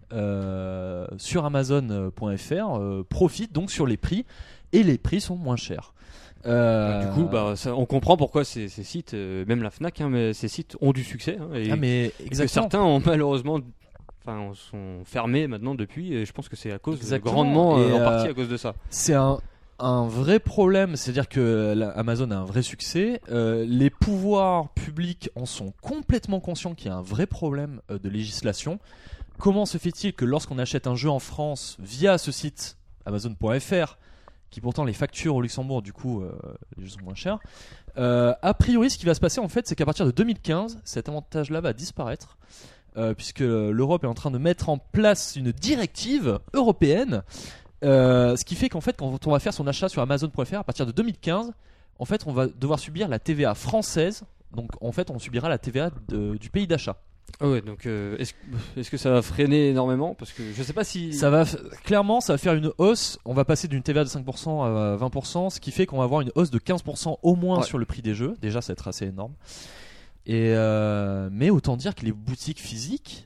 euh, sur Amazon point F R euh, profitent donc sur les prix. Et les prix sont moins chers. Euh, Du coup, bah, ça- on comprend pourquoi ces, ces sites, euh, même la Fnac, hein, mais ces sites ont du succès. hein, et ah mais et que exactement. certains ont malheureusement, enfin, sont fermés maintenant depuis. Et je pense que c'est à cause, Exactement. grandement, euh, Et, en euh, partie à cause de ça. C'est un, un vrai problème, c'est-à-dire que la- Amazon a un vrai succès. Euh, les pouvoirs publics en sont complètement conscients qu'il y a un vrai problème euh, de législation. Comment se fait-il que lorsqu'on achète un jeu en France via ce site Amazon point F R, qui pourtant les factures au Luxembourg, du coup, euh, les jeux sont moins chers. Euh, a priori, ce qui va se passer, en fait, c'est qu'à partir de deux mille quinze, cet avantage-là va disparaître, euh, puisque l'Europe est en train de mettre en place une directive européenne, euh, ce qui fait qu'en fait, quand on va faire son achat sur Amazon point F R, à partir de deux mille quinze, en fait, on va devoir subir la T V A française. Donc, en fait, on subira la T V A de- du pays d'achat. Ah ouais, donc euh, est-ce, est-ce que ça va freiner énormément ? Parce que je sais pas si. Ça va f- clairement, ça va faire une hausse. On va passer d'une T V A de cinq pour cent à vingt pour cent, ce qui fait qu'on va avoir une hausse de quinze pour cent au moins Ouais. sur le prix des jeux. Déjà, ça va être assez énorme. Et euh, mais autant dire que les boutiques physiques,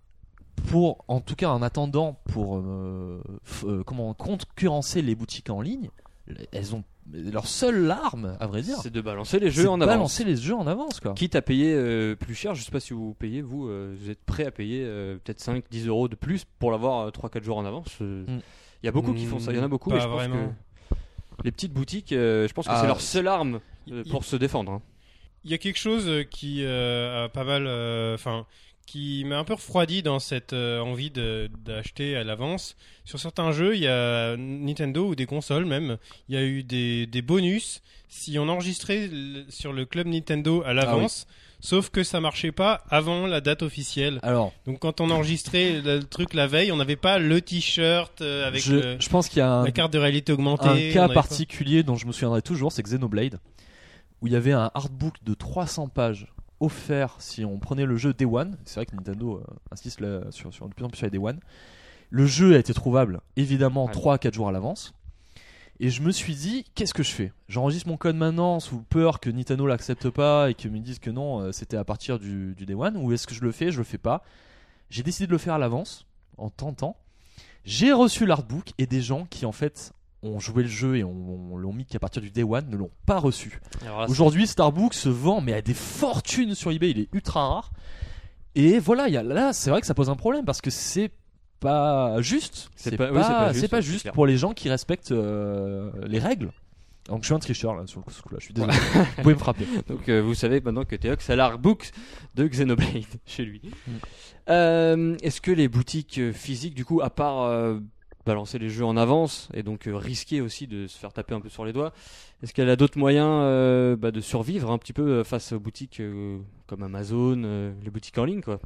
pour en tout cas en attendant pour euh, f- euh, comment concurrencer les boutiques en ligne, elles ont leur seule arme, à vrai dire, C'est de balancer les c'est jeux en de avance. balancer les jeux en avance, quoi. Quitte à payer euh, plus cher, je sais pas si vous payez, vous, euh, vous êtes prêt à payer euh, peut-être cinq dix euros de plus pour l'avoir euh, trois quatre jours en avance. euh, Il Mm. y a beaucoup qui font ça, il y en a beaucoup, Pas et je pense vraiment. que les petites boutiques, euh, je pense que Ah, c'est leur seule arme euh, il- pour se défendre. hein. Il y a quelque chose euh, qui euh, a pas mal, euh, enfin, qui m'a un peu refroidi dans cette euh, envie de- d'acheter à l'avance. Sur certains jeux, il y a Nintendo ou des consoles même, il y a eu des, des bonus si on enregistrait le- sur le club Nintendo à l'avance. Sauf que ça marchait pas avant la date officielle. Alors, Donc quand on enregistrait le truc la veille, on n'avait pas le t-shirt euh, avec je, le- je pense qu'il y a un, la carte de réalité augmentée. un on cas avait pas- particulier dont je me souviendrai toujours, c'est Xenoblade, où il y avait un artbook de trois cents pages offert si on prenait le jeu Day One. C'est vrai que Nintendo euh, insiste là, sur, sur de plus en plus sur les Day One. Le jeu a été trouvable évidemment Ouais. trois à quatre jours à l'avance. Et je me suis dit, qu'est-ce que je fais ? J'enregistre mon code maintenant sous peur que Nintendo l'accepte pas et qu'ils me disent que non, euh, c'était à partir du, du Day One, ou est-ce que je le fais ? Je le fais pas. J'ai décidé de le faire à l'avance, en tentant. J'ai reçu l'artbook et des gens qui en fait ont joué le jeu et ont, ont- l'ont mis qu'à partir du Day One ne l'ont pas reçu. Alors là, Aujourd'hui, Starbook se vend mais à des fortunes sur eBay, il est ultra rare. Et voilà, il y a, là, c'est vrai que ça pose un problème parce que c'est pas juste. C'est C'est pas- pas, oui, c'est pas juste, c'est pas c'est juste clair. pour les gens qui respectent euh, les règles. Donc je suis un tricheur là sur le coup, ce coup-là, je suis désolé. Vous pouvez me frapper. Donc euh, vous savez maintenant que Théox a l'artbook de Xenoblade chez lui. Mm. Euh, est-ce que les boutiques euh, physiques, du coup, à part euh, balancer les jeux en avance et donc euh, risquer aussi de se faire taper un peu sur les doigts, est-ce qu'elle a d'autres moyens euh, bah, de survivre un petit peu euh, face aux boutiques euh, comme Amazon, euh, les boutiques en ligne, quoi?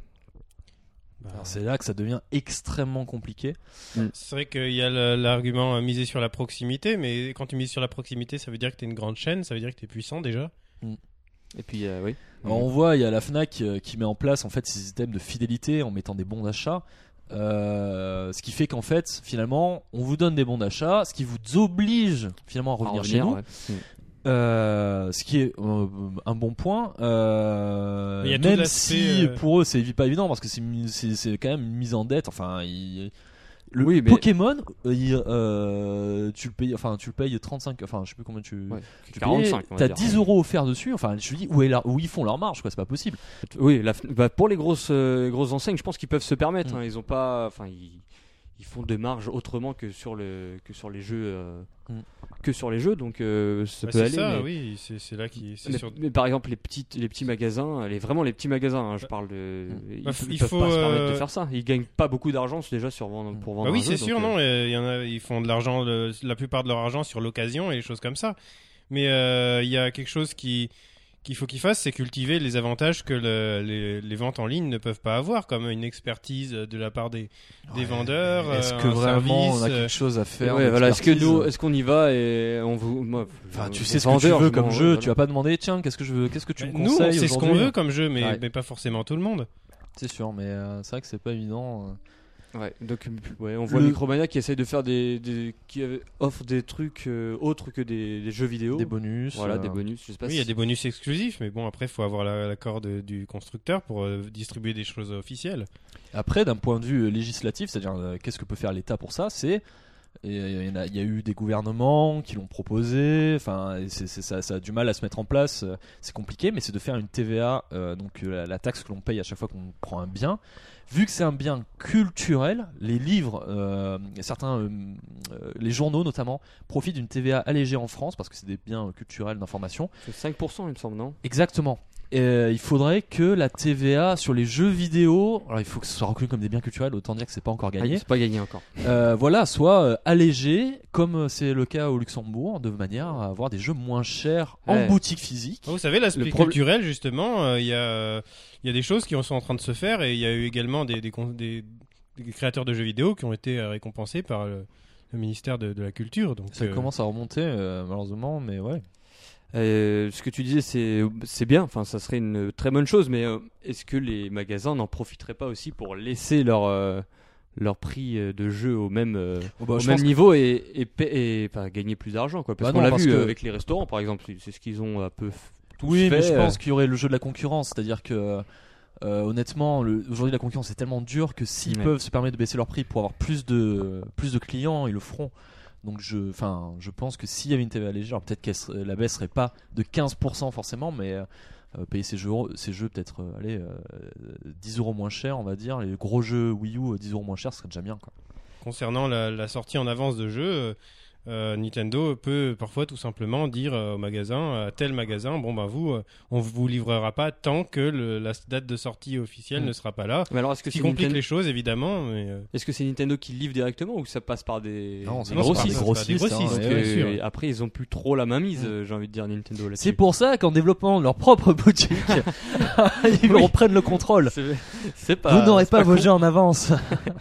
Alors, c'est là que ça devient extrêmement compliqué. C'est vrai qu'il y a le- l'argument euh, miser sur la proximité, mais quand tu mises sur la proximité, ça veut dire que tu es une grande chaîne, ça veut dire que tu es puissant déjà. Et puis, euh, oui. Alors, on voit, il y a la Fnac euh, qui met en place en fait ces systèmes de fidélité en mettant des bons d'achat. Euh, ce qui fait qu'en fait, finalement, on vous donne des bons d'achat, ce qui vous oblige finalement à revenir, À chez nous. ouais. Mm. Euh, ce qui est euh, un bon point. Euh, Mais il y a tout même l'aspect, si euh, pour eux c'est pas évident parce que c'est une- c'est c'est quand même une mise en dette. Enfin, il- le Oui, mais- Pokémon, euh, il- euh, tu le payes, enfin tu le payes trente-cinq, enfin je sais plus combien tu. Ouais. tu quarante-cinq, payes, on va T'as dire. dix euros offerts dessus. Enfin, je me dis où est là, où ils font leur marge quoi, c'est pas possible. Oui, la, bah, pour les grosses, euh, grosses enseignes, je pense qu'ils peuvent se permettre. Mm. Hein, ils ont pas, enfin, ils, ils font des marges autrement que sur le, que sur les jeux, euh, Mm. que sur les jeux. Donc euh, ça Bah, peut c'est aller. ça, mais, oui, c'est c'est là qui. c'est mais- sur- mais par exemple, les petites, les petits magasins, les vraiment les petits magasins. Hein, je Bah, parle de, ils, bah, ils il peuvent faut, pas se permettre de euh, faire ça. Ils gagnent pas beaucoup d'argent déjà sur vendre, pour vendre. Bah oui, un c'est jeu, sûr, donc, non. euh, Il y en a, ils font de l'argent, le- la plupart de leur argent sur l'occasion et les choses comme ça. Mais euh, il y a quelque chose qui qu'il faut qu'ils fassent, c'est cultiver les avantages que le- les, les ventes en ligne ne peuvent pas avoir, comme une expertise de la part des, des Ouais, vendeurs. Est-ce euh, que un vraiment on a service, quelque chose à faire? ouais, voilà. Est-ce que d'expertise nous, est-ce qu'on y va et on vous, moi, Enfin, euh, tu les sais ce que tu vendeurs, veux je comme m'en- jeu, voilà. tu vas pas demander tiens qu'est-ce que je veux, qu'est-ce que tu Bah, me nous, conseilles c'est ce qu'on aujourd'hui veut comme jeu, mais, Ouais. mais pas forcément tout le monde. C'est sûr, mais euh, c'est vrai que c'est pas évident. euh. Ouais, donc ouais, on voit Le- Micromania qui essaye de faire des, des qui avait- offre des trucs euh, autres que des, des jeux vidéo. Des bonus. Voilà, euh, des bonus. Je sais pas Oui, il y a si- des bonus exclusifs, mais bon, après, il faut avoir la- l'accord de- du constructeur pour euh, distribuer des choses officielles. Après, d'un point de vue législatif, c'est-à-dire euh, qu'est-ce que peut faire l'État pour ça, c'est et il y, en a- il y a eu des gouvernements qui l'ont proposé. Enfin, et c'est- c'est- ça, ça a du mal à se mettre en place. euh, C'est compliqué, mais c'est de faire une T V A, euh, donc euh, la, la taxe que l'on paye à chaque fois qu'on prend un bien. Vu que c'est un bien culturel, les livres, euh, certains, euh, euh, les journaux notamment, profitent d'une T V A allégée en France parce que c'est des biens euh, culturels d'information. C'est cinq pour cent, il me semble, non? Exactement. Et, euh, il faudrait que la T V A sur les jeux vidéo, alors il faut que ce soit reconnu comme des biens culturels, autant dire que c'est pas encore gagné. Ah, c'est pas gagné encore. Euh, voilà, soit euh, allégé, comme euh, c'est le cas au Luxembourg, de manière à avoir des jeux moins chers en Ouais. boutique physique. Vous savez, l'aspect Le problème- culturel, justement, euh, il y, a, il y a des choses qui sont en train de se faire et il y a eu également des, des, con- des- des créateurs de jeux vidéo qui ont été euh, récompensés par le, le ministère de, de la Culture. Donc, Ça euh, commence à remonter, euh, malheureusement, mais ouais. Euh, ce que tu disais, c'est c'est bien. Enfin, ça serait une très bonne chose. Mais euh, est-ce que les magasins n'en profiteraient pas aussi pour laisser leur euh, leur prix euh, de jeu au même euh, Oh, bah, au je même pense niveau et et, pa- et, enfin, gagner plus d'argent, quoi? Parce Bah qu'on non, l'a parce vu que- euh, avec les restaurants, par exemple. C'est ce qu'ils ont un peu. f- tous Oui, mais fait, je euh, pense qu'il y aurait le jeu de la concurrence, c'est-à-dire que euh, honnêtement, le- aujourd'hui la concurrence est tellement dure que s'ils Ouais. peuvent se permettre de baisser leur prix pour avoir plus de plus de clients, ils le feront. Donc je, enfin, je pense que s'il y avait une T V A légère, alors peut-être que la baisse serait pas de quinze pour cent forcément, mais euh, payer ces jeux, ces jeux peut-être, euh, allez, euh, dix euros moins cher, on va dire. Les gros jeux Wii U, euh, dix euros moins cher, ce serait déjà bien, quoi. concernant la, la sortie en avance de jeux, euh, euh, Nintendo peut parfois tout simplement dire euh, au magasin, à tel magasin, bon ben vous, euh, on vous livrera pas tant que le- la date de sortie officielle Mm. ne sera pas là. Mais alors, est-ce que Ce qui c'est complique Nintendo... les choses évidemment, mais euh, est-ce que c'est Nintendo qui livre directement ou ça passe par des Non, c'est des non, gros c'est grossistes? par- grossistes, des grossistes, hein, Parce ouais, que, ouais. bien sûr. et après, ils ont plus trop la main mise, Mm. euh, j'ai envie de dire, Nintendo là-dessus. C'est pour ça qu'en développant leur propre boutique, ils Oui. reprennent le contrôle. C'est c'est pas. Vous n'aurez c'est pas vos con. jeux en avance.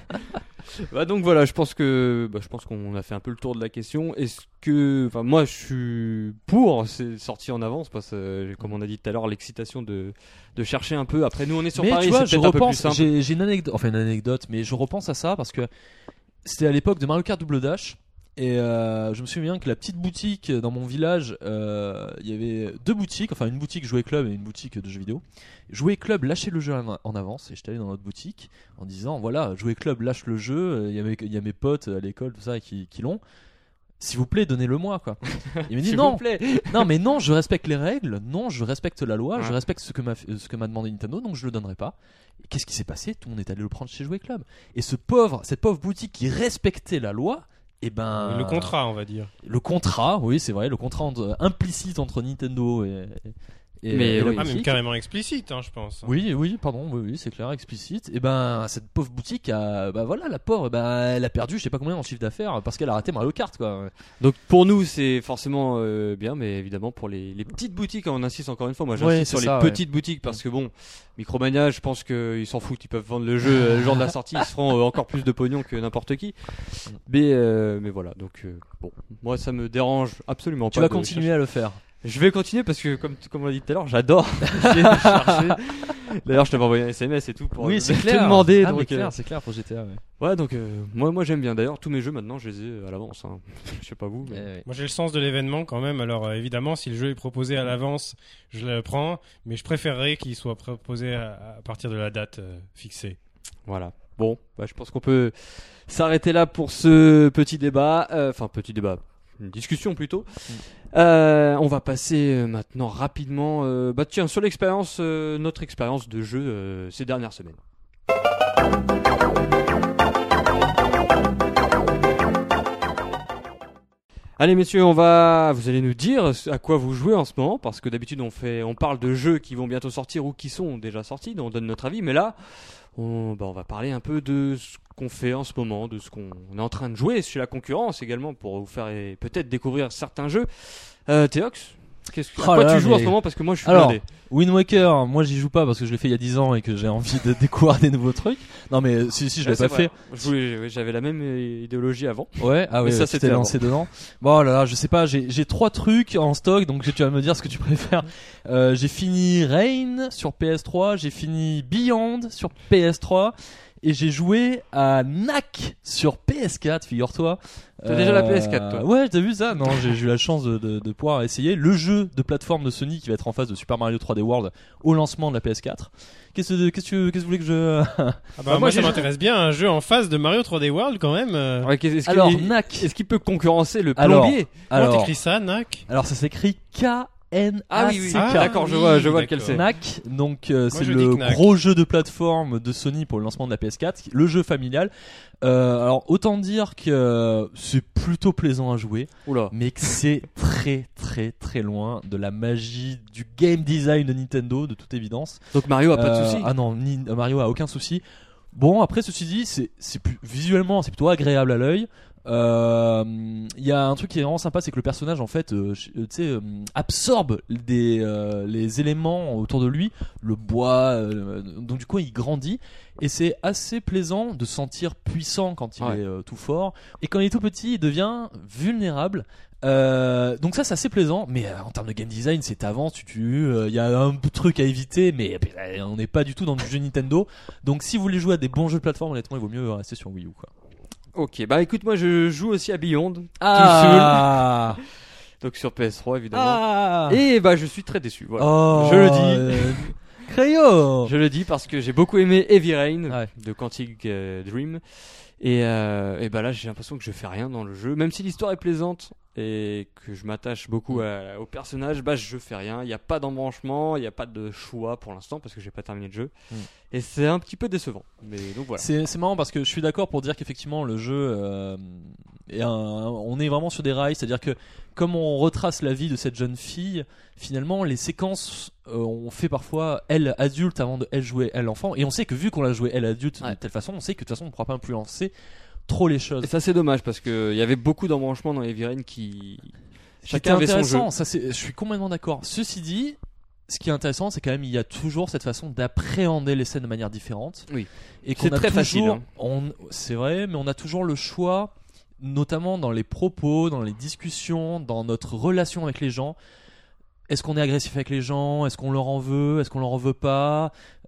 Bah donc voilà, je pense que bah, je pense qu'on a fait un peu le tour de la question. Est-ce que, enfin moi je suis pour ces sorties en avance parce que euh, comme on a dit tout à l'heure, l'excitation de de chercher un peu. Après nous on est sur mais Paris, tu vois, c'est je peut-être un peu plus repense, simple. j'ai j'ai une anecdote, enfin une anecdote, mais je repense à ça parce que c'était à l'époque de Mario Kart Double Dash. Et euh, je me souviens que la petite boutique dans mon village, euh, il y avait deux boutiques, enfin une boutique Jouet Club et une boutique de jeux vidéo. Jouet Club lâchait le jeu en en avance et j'étais allé dans notre boutique en disant voilà, Jouet Club lâche le jeu, il y a mes, il y a mes potes à l'école, tout ça, qui, qui l'ont. S'il vous plaît, donnez-le moi, quoi. Il me dit S'il non, vous plaît. non, mais non, je respecte les règles, non, je respecte la loi, Ouais. je respecte ce que m'a ce que m'a demandé Nintendo, donc je le donnerai pas. Et qu'est-ce qui s'est passé? Tout le monde est allé le prendre chez Jouet Club. Et ce pauvre, cette pauvre boutique qui respectait la loi, Et ben Le contrat, on va dire. le contrat, oui c'est vrai, le contrat entre- implicite entre Nintendo et, et, Mais et la oui. Ah, boutique. même carrément explicite, hein, je pense. Oui, oui, pardon, oui, oui, c'est clair, explicite. Et ben, cette pauvre boutique a, bah voilà, la pauvre, ben, elle a perdu, je sais pas combien en chiffre d'affaires parce qu'elle a raté Mario Kart, quoi. Donc pour nous c'est forcément euh, bien, mais évidemment pour les, les petites boutiques, on insiste encore une fois, moi j'insiste Ouais, sur c'est les ça, ouais. petites boutiques parce que bon, Micromania, je pense qu'ils s'en foutent, ils peuvent vendre le jeu euh, le jour de la sortie, ils se feront euh, encore plus de pognon que n'importe qui. Mais euh, mais voilà, donc euh, bon, moi ça me dérange absolument Tu pas. vas de continuer chercher. à le faire. Je vais continuer parce que comme comme on l'a dit tout à l'heure, j'adore essayer de chercher. D'ailleurs, je t'avais envoyé un S M S et tout pour Oui, euh, c'est te clair. demander. Ah, donc, mais euh, clair, c'est clair pour G T A. Ouais. ouais, donc euh, moi moi j'aime bien. D'ailleurs, tous mes jeux maintenant, je les ai à l'avance. Hein. Je sais pas vous. Mais... Eh ouais. Moi j'ai le sens de l'événement quand même, alors euh, évidemment si le jeu est proposé à l'avance, je le prends, mais je préférerais qu'il soit proposé à, à partir de la date euh, fixée. Voilà. Bon, bah, je pense qu'on peut s'arrêter là pour ce petit débat. Euh, Enfin, petit débat. Une discussion plutôt. Euh, on va passer euh, maintenant rapidement. Euh, bah tiens, sur l'expérience, euh, notre expérience de jeu euh, ces dernières semaines. Allez messieurs, on va, vous allez nous dire à quoi vous jouez en ce moment, parce que d'habitude on fait, on parle de jeux qui vont bientôt sortir ou qui sont déjà sortis, donc on donne notre avis. Mais là, on, bah, on va parler un peu de ce qu'on fait en ce moment, de ce qu'on est en train de jouer chez la concurrence également, pour vous faire et peut-être découvrir certains jeux. Euh, Théox, qu'est-ce que, à Oh quoi là tu là, joues en mais- ce moment, parce que moi je suis Alors, blindé. Wind Waker, moi j'y joue pas parce que je l'ai fait il y a dix ans et que j'ai envie de découvrir des nouveaux trucs. Non mais si si je l'ai Ouais, c'est pas vrai. fait. Je voulais- ouais, j'avais la même euh, idéologie avant. Ouais, ah Mais ouais, ça, ça c'était c'était lancé dedans. Bon là là, je sais pas, j'ai j'ai trois trucs en stock, donc tu vas me dire ce que tu préfères. Euh, j'ai fini Rain sur P S trois, j'ai fini Beyond sur P S trois et j'ai joué à Knack sur P S quatre, figure-toi. T'as déjà la P S quatre, toi? Ouais, t'as vu ça? Non, j'ai j'ai eu la chance de, de, de pouvoir essayer le jeu de plateforme de Sony qui va être en face de Super Mario trois D World au lancement de la P S quatre. Qu'est-ce que qu'est-ce que qu'est-ce que vous voulez que je Ah bah, Bah, moi, moi, ça j'ai- m'intéresse bien, un jeu en face de Mario trois D World quand même. euh. Ouais, qu'est- est-ce Alors qu'il- Knack. est-ce qu'il peut concurrencer le Alors, plombier? Comment Alors, t'écris ça, Nac? alors ça s'écrit K N A C K. Ah oui, oui. Ah, d'accord, je oui, vois, je vois d'accord. lequel c'est. Knack, donc euh, c'est je le dis Knack. gros jeu de plateforme de Sony pour le lancement de la P S quatre, le jeu familial. Euh, alors autant dire que euh, c'est plutôt plaisant à jouer, Oula. mais que c'est très très très loin de la magie du game design de Nintendo, de toute évidence. Donc Mario a pas de Euh, soucis. Ah non, ni- Mario a aucun souci. Bon, après ceci dit, c'est c'est plus visuellement, c'est plutôt agréable à l'œil. Euh, Il y a un truc qui est vraiment sympa, c'est que le personnage en fait, euh, ch- euh, tu sais, euh, absorbe des euh, les éléments autour de lui, le bois. euh, donc du coup, il grandit et c'est assez plaisant de se sentir puissant quand il Ouais. est euh, tout fort. Et quand il est tout petit, il devient vulnérable. Euh, donc ça c'est assez plaisant, mais euh, en termes de game design c'est t'avances, tu tues, il y a un truc à éviter, mais euh, on n'est pas du tout dans du jeu Nintendo. Donc si vous voulez jouer à des bons jeux de plateforme, honnêtement il vaut mieux rester sur Wii U quoi. Ok, bah écoute, moi je joue aussi à Beyond, Ah, donc sur P S trois évidemment. ah. Et bah je suis très déçu. Voilà. Oh, je le dis. euh, Crayon. Je le dis parce que j'ai beaucoup aimé Heavy Rain Ouais. de Quantic euh, Dream. Et, euh, et bah là j'ai l'impression que je fais rien dans le jeu, même si l'histoire est plaisante et que je m'attache beaucoup à- au personnage, bah je fais rien. Il n'y a pas d'embranchement, il n'y a pas de choix pour l'instant parce que j'ai pas terminé le jeu. Mm. Et c'est un petit peu décevant. Mais donc voilà. C'est c'est marrant parce que je suis d'accord pour dire qu'effectivement le jeu euh, est un, on est vraiment sur des rails, c'est-à-dire que comme on retrace la vie de cette jeune fille, finalement les séquences euh, on fait parfois elle adulte avant de elle jouer elle enfant, et on sait que vu qu'on l'a joué elle adulte Ouais. de telle façon, on sait que de toute façon on ne pourra pas influencer trop les choses. Et ça c'est dommage parce qu'il y avait beaucoup d'embranchements dans Heavy Rain qui... C'était Chacun avait son jeu. intéressant, ça c'est, je suis complètement d'accord. Ceci dit, ce qui est intéressant, c'est quand même il y a toujours cette façon d'appréhender les scènes de manière différente. Oui. Et qu'on C'est a très toujours, facile, hein. on, c'est vrai, mais on a toujours le choix, notamment dans les propos, dans les discussions, dans notre relation avec les gens. Est-ce qu'on est agressif avec les gens? Est-ce qu'on leur en veut? Est-ce qu'on leur en veut pas?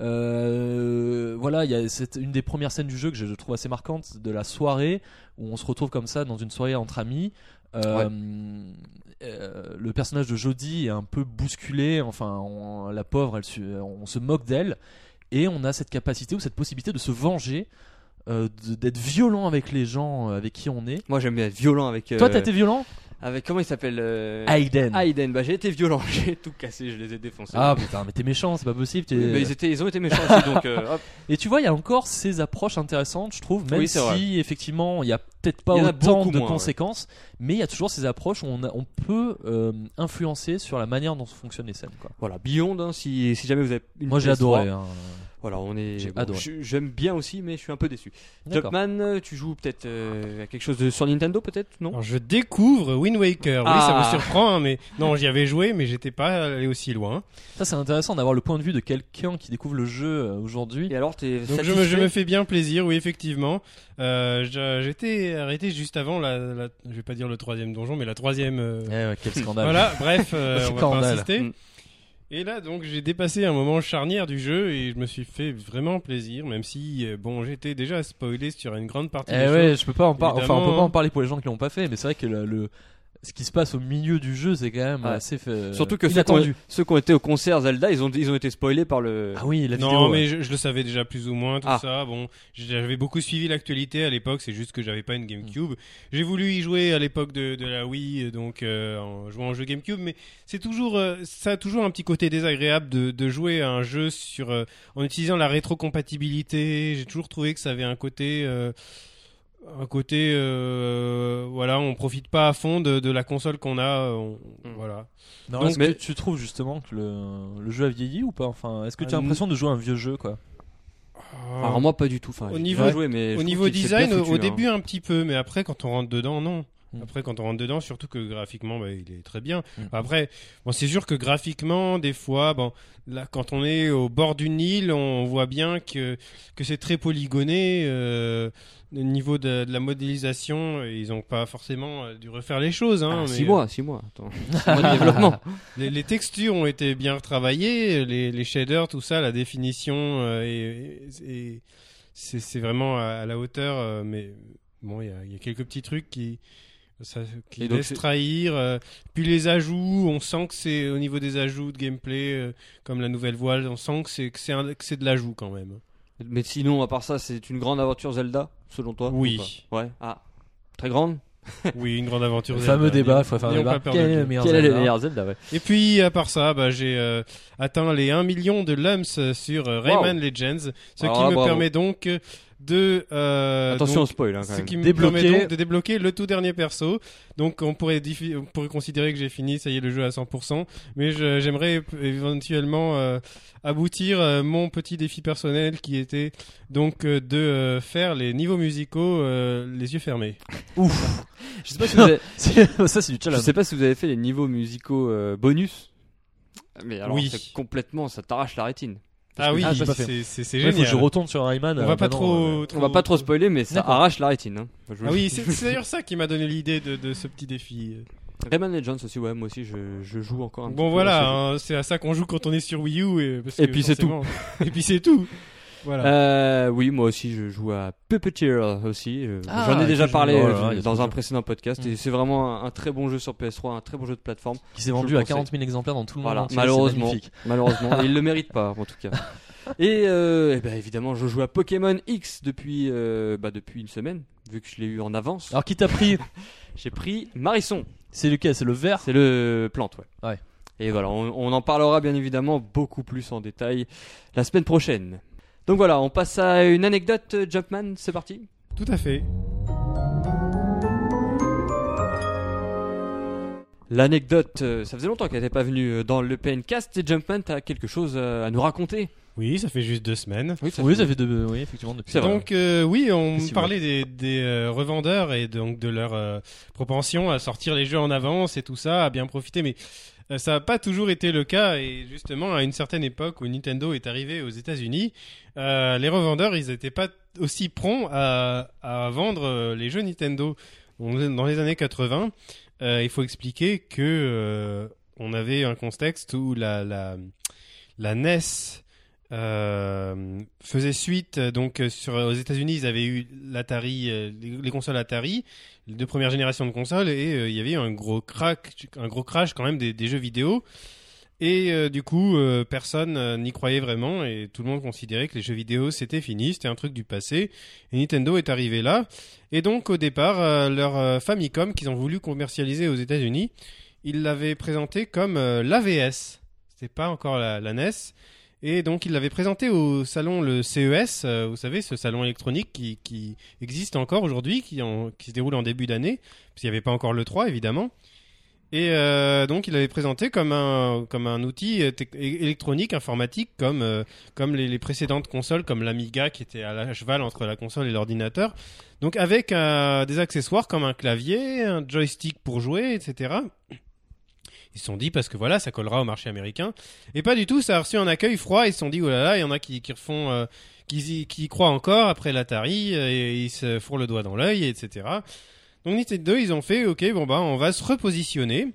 euh, Voilà, il y a cette, une des premières scènes du jeu que je, je trouve assez marquante de la soirée où on se retrouve comme ça dans une soirée entre amis. Euh, euh, le personnage de Jodie est un peu bousculé. Enfin, on- la pauvre, elle, su- on se moque d'elle et on a cette capacité ou cette possibilité de se venger, euh, de- d'être violent avec les gens euh, avec qui on est. Moi j'aime bien être violent avec... euh, Toi, t'as été violent? avec comment il s'appelle euh... Aiden. Aiden. Bah j'ai été violent, j'ai tout cassé, je les ai défoncés. Ah putain, mais t'es méchant, c'est pas possible. t'es- Oui, mais ils, étaient, ils ont été méchants aussi, donc euh, hop. Et tu vois, il y a encore ces approches intéressantes, je trouve, même Oui, c'est si vrai. effectivement il y a peut-être pas Il y en a autant beaucoup de moins, conséquences, mais il y a toujours ces approches où on, a- on peut euh, influencer sur la manière dont fonctionnent les scènes. Quoi. Voilà, Beyond, hein, si, si jamais vous avez une Moi j'ai P S trois, adoré. Hein. Voilà, on est. J'ai bon, adoré. je- J'aime bien aussi, mais je suis un peu déçu. D'accord. Jumpman, euh, tu joues peut-être euh, à quelque chose de sur Nintendo, peut-être, non? Alors, je découvre Wind Waker. Oui, Ah. ça me surprend, hein, mais non, j'y avais joué, mais j'étais pas allé aussi loin. Ça c'est intéressant d'avoir le point de vue de quelqu'un qui découvre le jeu euh, aujourd'hui. Et alors, t'es Donc je satisfait me, je me fais bien plaisir, oui, effectivement. Euh, je- J'étais arrêté juste avant la, la, je vais pas dire le troisième donjon, mais la troisième. euh, Eh ouais, quel scandale. Voilà, bref, euh, on va pas Scandale. insister. Mm. Et là, donc, j'ai dépassé un moment charnière du jeu et je me suis fait vraiment plaisir, même si, euh, bon, j'étais déjà spoilé sur une grande partie Eh des ouais, choses. je peux pas en parler. Enfin, on peut Évidemment. pas en parler pour les gens qui l'ont pas fait, mais c'est vrai que le, le- ce qui se passe au milieu du jeu, c'est quand même Ouais. assez fait, Surtout que ceux qui, ont, inattendu. ceux qui ont été au concert Zelda, ils ont, ils ont été spoilés par le. Ah oui, la Non, vidéo. mais ouais. je, je le savais déjà plus ou moins, tout Ah. ça. Bon, j'avais beaucoup suivi l'actualité à l'époque, c'est juste que j'avais pas une GameCube. J'ai voulu y jouer à l'époque de, de la Wii, donc euh, en jouant au jeu GameCube, mais c'est toujours, euh, ça a toujours un petit côté désagréable de, de jouer à un jeu sur, euh, en utilisant la rétrocompatibilité. J'ai toujours trouvé que ça avait un côté. Euh, un côté euh, voilà, on profite pas à fond de, de la console qu'on a, on- Mm. voilà. Non, Donc, est-ce mais- que tu trouves justement que le, le jeu a vieilli ou pas? Enfin, est-ce que tu as Euh, l'impression de jouer un vieux jeu, quoi? Alors, moi, pas du tout. Enfin, Au j'ai niveau- bien joué, mais je Au trouve niveau qu'il s'est bien design, au, foutu, au hein. début un petit peu, mais après quand on rentre dedans, non. Mm. Après quand on rentre dedans, surtout que graphiquement, bah, il est très bien. Mm. Après, bon, c'est sûr que graphiquement, des fois, bon, là, quand on est au bord d'une île, on voit bien que que c'est très polygoné. Euh, au niveau de, de la modélisation, ils ont pas forcément euh, dû refaire les choses. Hein, Ah, mais, six euh, mois, six mois. Attends. Six mois de développement. Les, les textures ont été bien retravaillées, les, les shaders, tout ça, la définition, euh, et, et- et c'est c'est vraiment à, à la hauteur. euh, mais bon, il y a, il y a quelques petits trucs qui, ça, qui Et donc laissent c'est- trahir. euh, puis les ajouts, on sent que c'est au niveau des ajouts de gameplay, euh, comme la nouvelle voile, on sent que c'est que c'est un- que c'est de l'ajout quand même. Mais sinon, à part ça, c'est une grande aventure Zelda, selon toi? Oui. ou pas Ouais. Ah, très grande. Oui, une grande aventure. Le Zelda, fameux débat, il n'ayons- faut faire un n'ayons débat. pas peur Quel de est le le dire. meilleur Quelle est Zelda le meilleur Zelda, ouais. Et puis à part ça, bah, j'ai euh, atteint les un million de lumps sur euh, Rayman Legends, ce Alors qui là, me bravo. permet donc de euh, Attention au donc, spoil, hein, quand ce même. qui me Débloquer. permet donc de débloquer le tout dernier perso. Donc on pourrait, diffi- on pourrait considérer que j'ai fini, ça y est, le jeu à cent pour cent. Mais je- j'aimerais p- éventuellement euh, aboutir euh, mon petit défi personnel qui était donc euh, de euh, faire les niveaux musicaux euh, les yeux fermés. Ouf. Je sais pas si vous avez, C'est- ça, c'est du je challenge. sais pas si vous avez fait les niveaux musicaux euh, bonus. Mais alors, Oui. c'est complètement, ça t'arrache la rétine. Ah oui, Ah, j'ai pas fait. c'est c'est- c'est Ouais, faut que génial. je retourne sur Rayman. On euh, va pas bah non, trop, euh, trop- On va pas trop spoiler, mais ça D'accord. arrache la rétine. Hein. Je- Ah oui, c'est c'est d'ailleurs ça qui m'a donné l'idée de, de ce petit défi. Rayman Legends aussi, ouais, moi aussi, je, je joue encore un petit Bon peu voilà, à ce jeu. hein, c'est à ça qu'on joue quand on est sur Wii U. Et, parce Et que puis c'est forcément- et puis c'est tout. Voilà. Euh, oui, moi aussi, je joue à Puppeteer aussi. euh, Ah, J'en ai déjà que je- parlé oh là euh, là, il y a dans trop un de précédent podcast. Mm. Et c'est vraiment un, un très bon jeu sur P S trois, un très bon jeu de plateforme. qui s'est je vendu le à conseille. quarante mille exemplaires dans tout le monde Voilà, entier, c'est malheureusement. magnifique. Malheureusement. Et il le mérite pas, en tout cas. Et, euh, eh ben, évidemment, je joue à Pokémon X depuis, euh, bah, depuis une semaine, vu que je l'ai eu en avance. Alors, qui t'a pris? J'ai pris Marisson. C'est lequel? C'est le vert? C'est le plante, ouais. Ouais. Et voilà, on, on en parlera bien évidemment beaucoup plus en détail la semaine prochaine. Donc voilà, on passe à une anecdote, euh, Jumpman, c'est parti. Tout à fait. L'anecdote, euh, ça faisait longtemps qu'elle n'était pas venue euh, dans le P N Cast et Jumpman, t'as quelque chose euh, à nous raconter. Oui, ça fait juste deux semaines. Oui, Oui, ça fait deux. Oui, effectivement, depuis. C'est vrai. Donc euh, oui, on Si vous parlait des, des euh, revendeurs et donc de leur euh, propension à sortir les jeux en avance et tout ça, à bien profiter. Mais euh, ça n'a pas toujours été le cas. Et justement, à une certaine époque où Nintendo est arrivé aux États-Unis, euh, les revendeurs, ils n'étaient pas aussi prompts à, à vendre euh, les jeux Nintendo. On- Dans les années quatre-vingts, euh, il faut expliquer que euh, on avait un contexte où la la, la N E S euh, faisait suite euh, donc euh, sur aux États-Unis ils avaient eu l'Atari euh, les, les consoles Atari les deux premières générations de consoles et euh, il y avait eu un gros crack un gros crash quand même des, des jeux vidéo Et euh, du coup, euh, personne euh, n'y croyait vraiment et tout le monde considérait que les jeux vidéo c'était fini, c'était un truc du passé. Et Nintendo est arrivé là. Et donc au départ, euh, leur euh, Famicom qu'ils ont voulu commercialiser aux États-Unis, ils l'avaient présenté comme euh, l'A V S. C'était pas encore la, la N E S. Et donc ils l'avaient présenté au salon le C E S, euh, vous savez, ce salon électronique qui, qui existe encore aujourd'hui, qui, en, qui se déroule en début d'année, parce qu'il n'y avait pas encore le trois évidemment. Et euh, donc, il l'avait présenté comme un comme un outil euh, te- électronique, informatique, comme euh, comme les, les précédentes consoles, comme l'Amiga qui était à la cheval entre la console et l'ordinateur. Donc, avec euh, des accessoires comme un clavier, un joystick pour jouer, et cetera. Ils se sont dit parce que voilà, ça collera au marché américain. Et pas du tout, ça a reçu un accueil froid. Ils se sont dit oh là là, il y en a qui qui refont, euh, qui y, qui y croient encore après l'Atari euh, et ils se fourrent le doigt dans l'œil, et cetera. Donc Nintendo, ils ont fait, ok, bon bah on va se repositionner,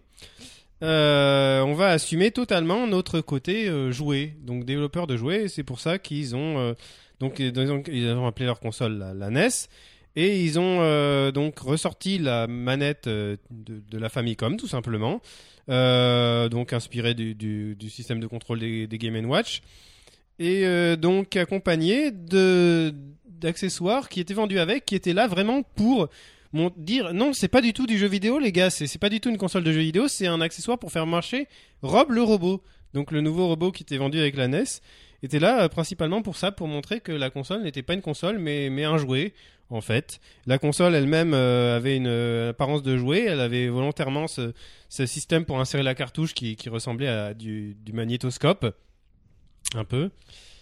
euh, on va assumer totalement notre côté euh, jouet, donc développeur de jouets. C'est pour ça qu'ils ont, euh, donc ils ont, ils ont appelé leur console la, la N E S, et ils ont euh, donc ressorti la manette euh, de, de la Famicom tout simplement, euh, donc inspirée du, du, du système de contrôle des, des Game and Watch, et euh, donc accompagné de d'accessoires qui étaient vendus avec, qui étaient là vraiment pour Mon, dire non, c'est pas du tout du jeu vidéo, les gars, c'est, c'est pas du tout une console de jeu vidéo, c'est un accessoire pour faire marcher Rob le robot. Donc le nouveau robot qui était vendu avec la N E S était là euh, principalement pour ça, pour montrer que la console n'était pas une console mais, mais un jouet en fait. La console elle-même euh, avait une euh, apparence de jouet, elle avait volontairement ce, ce système pour insérer la cartouche qui, qui ressemblait à du, du magnétoscope, un peu.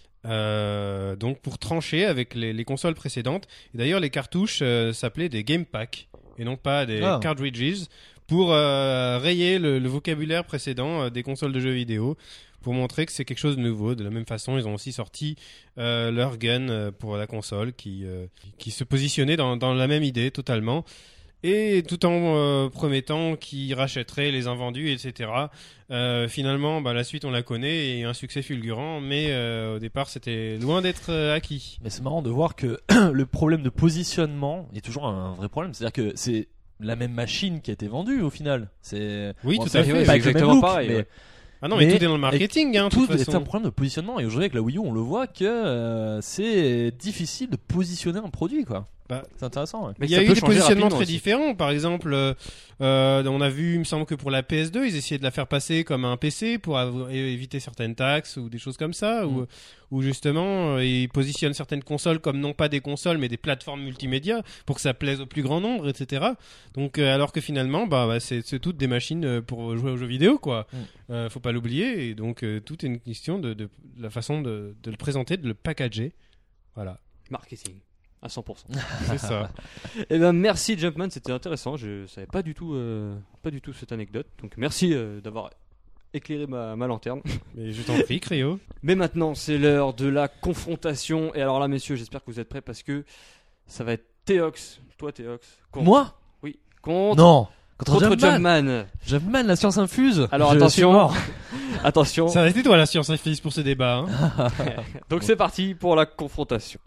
Euh, donc pour trancher avec les, les consoles précédentes. Et d'ailleurs les cartouches euh, s'appelaient des Game Pack et non pas des Ah. cartridges, pour euh, rayer le, le vocabulaire précédent euh, des consoles de jeux vidéo, pour montrer que c'est quelque chose de nouveau. De la même façon, ils ont aussi sorti euh, leur gun euh, pour la console qui, euh, qui se positionnait dans, dans la même idée totalement. Et tout en euh, promettant qu'ils rachèteraient les invendus, et cetera. Euh, finalement, bah, la suite on la connaît et un succès fulgurant, mais euh, au départ c'était loin d'être euh, acquis. Mais c'est marrant de voir que le problème de positionnement est toujours un vrai problème. C'est-à-dire que c'est la même machine qui a été vendue au final. C'est Oui, bon, tout ça à fait fait, pas c'est avec le même exactement look, pareil, mais ouais. Ah non, mais, Mais- tout est dans le marketing, hein, de tout toute est façon. un problème de positionnement. Et aujourd'hui avec la Wii U, on le voit que euh, c'est difficile de positionner un produit, quoi. Bah, c'est intéressant. Ouais. Mais il y a ça eu peut des changer positionnements rapidement très aussi. différents. Par exemple, euh, euh, on a vu, il me semble que pour la P S deux, ils essayaient de la faire passer comme un P C pour av- éviter certaines taxes ou des choses comme ça, Mm. ou, ou justement, euh, ils positionnent certaines consoles comme non pas des consoles mais des plateformes multimédia pour que ça plaise au plus grand nombre, et cetera. Donc, euh, alors que finalement, bah, bah, c'est, c'est toutes des machines euh, pour jouer aux jeux vidéo, quoi. Mm. Euh, faut pas l'oublier. Et donc, euh, tout est une question de, de, de la façon de, de le présenter, de le packager. Voilà, Marketing. À cent pour cent. c'est ça. Eh ben merci Jumpman, c'était intéressant. Je savais pas du tout, euh, pas du tout cette anecdote. Donc merci euh, d'avoir éclairé ma, ma lanterne. Mais je t'en prie, Créo. Mais maintenant c'est l'heure de la confrontation. Et alors là messieurs, j'espère que vous êtes prêts parce que ça va être Théox. Toi Théox. contre- Moi Oui. Contre. Non. Contre, Contre Jumpman. Jumpman. Jumpman, la science infuse. Alors Je suis attention. mort. Attention. Ça a été toi la science infuse pour ce débat. Hein. Donc c'est parti pour la confrontation.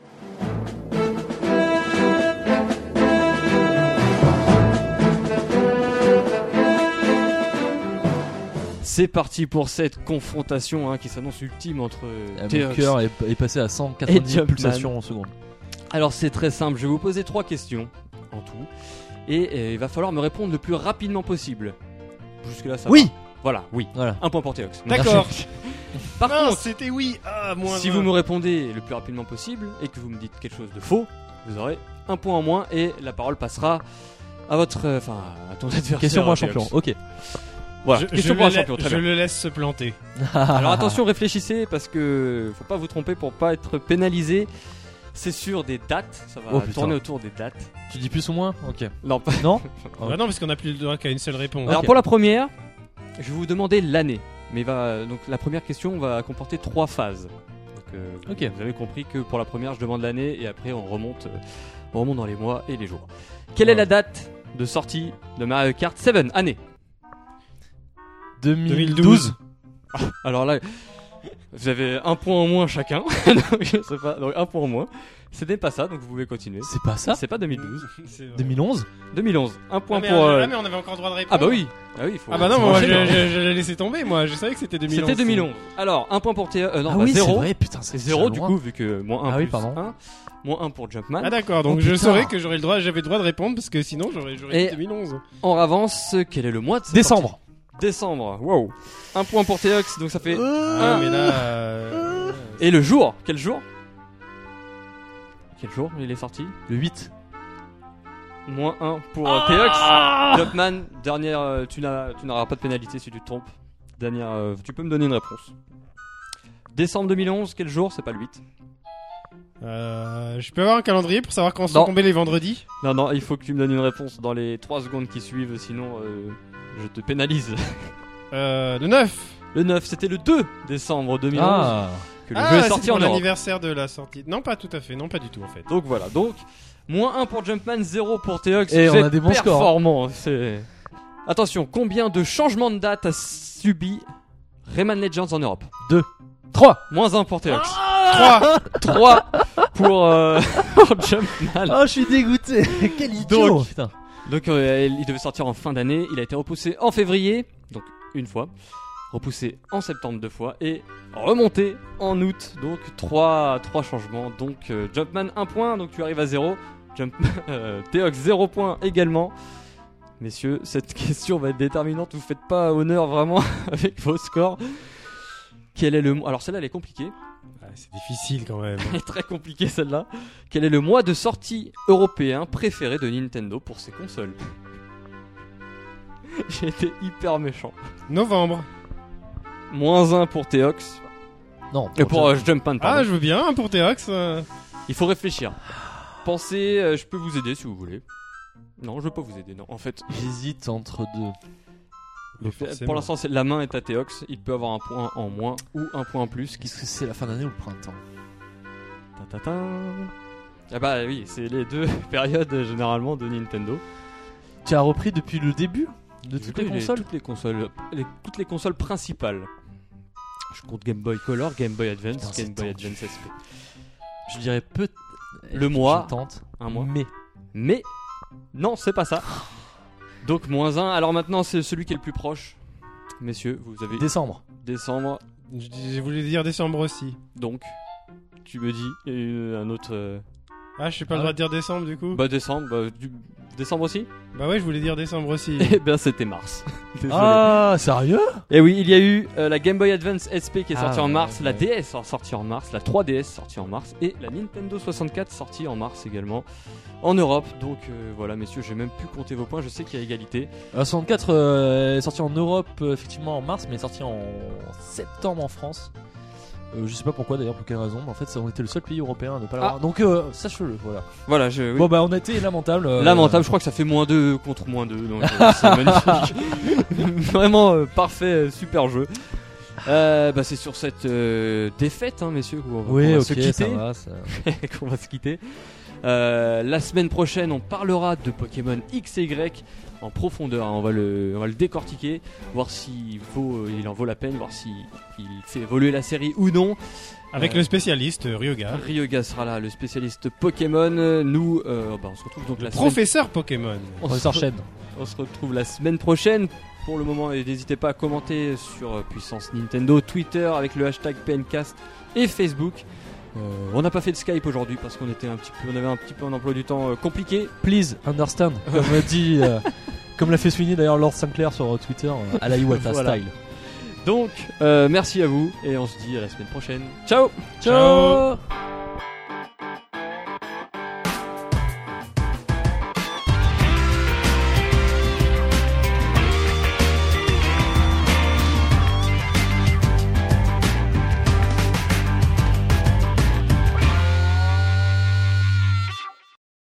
C'est parti pour cette confrontation hein, qui s'annonce ultime entre Ah, mon Théox. cœur est, est passé à cent quatre-vingt-dix Jumpman. pulsations en seconde. Alors c'est très simple, je vais vous poser trois questions en tout et euh, il va falloir me répondre le plus rapidement possible. Jusque là ça Oui. va. Voilà, oui. Voilà. Un point pour Théox. D'accord. Par Non, contre, c'était oui. Ah, moins si un. vous me répondez le plus rapidement possible et que vous me dites quelque chose de faux, vous aurez un point en moins et la parole passera à votre, euh, enfin à ton adversaire. Question moi Théox. champion. Ok. Voilà. Je, Question je pour un le la- champion. Très je bien. le laisse se planter. Alors attention, réfléchissez parce que faut pas vous tromper pour pas être pénalisé. C'est sur des dates, ça va Oh, putain. tourner autour des dates. Tu dis plus ou moins. Ok. Non, pas. Non. Ah non, parce qu'on a plus le droit qu'à une seule réponse. Alors Ok. pour la première, je vais vous demander l'année. Mais il va donc la première question va comporter trois phases. Donc, euh, Ok. Vous avez compris que pour la première, je demande l'année et après on remonte, euh, on remonte dans les mois et les jours. Quelle est la date de sortie de Mario Kart sept année? deux mille douze. Alors là, Vous avez un point en moins chacun. donc, je sais pas, donc un point en moins. C'était pas ça, donc vous pouvez continuer. C'est pas ça. C'est pas deux mille douze. C'est vrai. deux mille onze. deux mille onze. Un point Ah, mais, pour. euh, euh, ah, mais on avait encore droit de répondre. Ah bah oui. Ah oui, il faut. Ah bah non, faut moi je, enchaîner. je, je l'ai laissé tomber, moi. Je savais que c'était deux mille onze. C'était deux mille onze. Alors, un point pour Théo. Euh, non, Ah bah, oui, c'est zéro. vrai. Putain, C'est c'est zéro déjà du loin. coup, vu que moins un Ah oui, plus pardon. un. Moins un pour Jumpman. Ah d'accord, donc Oh, je putain. saurais que j'aurais le droit, j'avais le droit de répondre parce que sinon j'aurais, j'aurais Et- dit deux mille onze. En avance, quel est le mois de sa Décembre. sortie Décembre. Wow. Un point pour Théox, donc ça fait. Ah mais là... euh, Et le jour Quel jour Quel jour il est sorti Le huit. Moins un pour euh, Théox. Jumpman, dernière. euh, tu, n'as, tu n'auras pas de pénalité si tu te trompes. Dernière. euh, tu peux me donner une réponse. Décembre deux mille onze, quel jour C'est pas le huit. euh, je peux avoir un calendrier pour savoir quand sont Non. tombés les vendredis? Non, non, il faut que tu me donnes une réponse dans les trois secondes qui suivent, sinon euh, je te pénalise. Euh, le neuf. Le neuf, c'était le deux décembre deux mille onze Ah. que le Ah, jeu est c'est sorti pour en Europe. l'anniversaire de la sortie. Non, pas tout à fait, non pas du tout en fait. Donc voilà, donc moins un pour Jumpman, zéro pour Théox. Et Vous on êtes a des bons scores, hein. performants, c'est... Attention, combien de changements de date a subi Rayman Legends en Europe? trois. Moins un pour Théox. trois. trois pour, euh, pour Jumpman. Oh, je suis dégoûté. Quel idiot. Donc- Putain. Donc euh, il devait sortir en fin d'année, il a été repoussé en février, donc une fois, repoussé en septembre deux fois et remonté en août, donc trois, trois changements. Donc euh, Jumpman un point, donc tu arrives à zéro. Jump, euh, Théox zéro point également. Messieurs, cette question va être déterminante, vous faites pas honneur vraiment avec vos scores. Quel est le mois Alors celle-là elle est compliquée, Ah, c'est difficile quand même. elle est très compliquée celle-là. Quel est le mois de sortie européen préféré de Nintendo pour ses consoles? J'ai été hyper méchant. Novembre. Moins un pour Théox. Non. Et pour euh, Jumpman, pardon. Ah, je veux bien hein, pour Théox. euh. Il faut réfléchir. Pensez, euh, je peux vous aider si vous voulez. Non, je veux pas vous aider, non. En fait, J'hésite entre deux. Mais donc, forcément. pour l'instant, c'est- la main est à Théox. Il peut avoir un point en moins ou un point en plus. Qui... Est-ce que c'est la fin d'année ou le printemps? Ta ta ta. Ah bah oui, c'est les deux périodes euh, généralement de Nintendo. Tu as repris depuis le début de toutes les Oui, consoles? Toutes les consoles, les- toutes les consoles principales. Je compte Game Boy Color, Game Boy Advance, Putain, c'est Game Boy tendu. Advance S P. Je dirais peut. Le Je- mois. Je tente. Un mois. Mais. Mais non, c'est pas ça. Donc moins un. Alors maintenant, c'est celui qui est le plus proche. Messieurs, vous avez Décembre. décembre. Je, dis- je voulais dire décembre aussi. Donc, tu me dis il y a eu un autre. euh, Ah, je sais pas Ah le droit ouais. de dire décembre du coup. Bah décembre. Bah, du... Décembre aussi. Bah ouais, je voulais dire décembre aussi. Eh bien, c'était mars. Désolé. Ah, sérieux? Et oui, il y a eu euh, la Game Boy Advance S P qui est Ah, sortie en ouais, mars, la ouais. D S sortie en mars, la trois D S sortie en mars et la Nintendo soixante-quatre sortie en mars également en Europe. Donc euh, voilà, messieurs, j'ai même pu compter vos points. Je sais qu'il y a égalité. La soixante-quatre euh, est sortie en Europe euh, effectivement en mars, mais est sortie en septembre en France. Euh, je sais pas pourquoi d'ailleurs, pour quelle raison, mais en fait, ça, on était le seul pays européen à ne pas l'avoir. Donc, euh, sache-le, voilà. Voilà, je. oui. Bon, bah, on a été lamentable. euh, Lamentable, je crois que ça fait moins deux contre moins deux, donc euh, c'est magnifique. Vraiment euh, parfait, euh, super jeu. Euh, bah c'est sur cette euh, défaite, hein, messieurs, qu'on va, Oui, qu'on va ok, se quitter. ça va. Ça... qu'on va se quitter. Euh, la semaine prochaine, on parlera de Pokémon X et Y en profondeur. hein. On va le, on va le décortiquer, voir s'il vaut, euh, il en vaut la peine, voir s'il il fait évoluer la série ou non. Avec Euh, le spécialiste euh, Ryoga. Ryoga sera là, le spécialiste Pokémon. Nous, euh, bah, on se retrouve donc Le la semaine. professeur Pokémon. On se s'enchaîne. On se retrouve la semaine prochaine. Pour le moment, et n'hésitez pas à commenter sur euh, Puissance Nintendo, Twitter avec le hashtag P N cast et Facebook. Euh, on n'a pas fait de Skype aujourd'hui parce qu'on était un petit peu, on avait un petit peu un emploi du temps euh, compliqué. Please understand. Comme a dit, euh, comme l'a fait souligner d'ailleurs Lord Sinclair sur euh, Twitter, euh, à la Iwata Voilà. style. Donc, euh, merci à vous et on se dit à la semaine prochaine. Ciao. Ciao.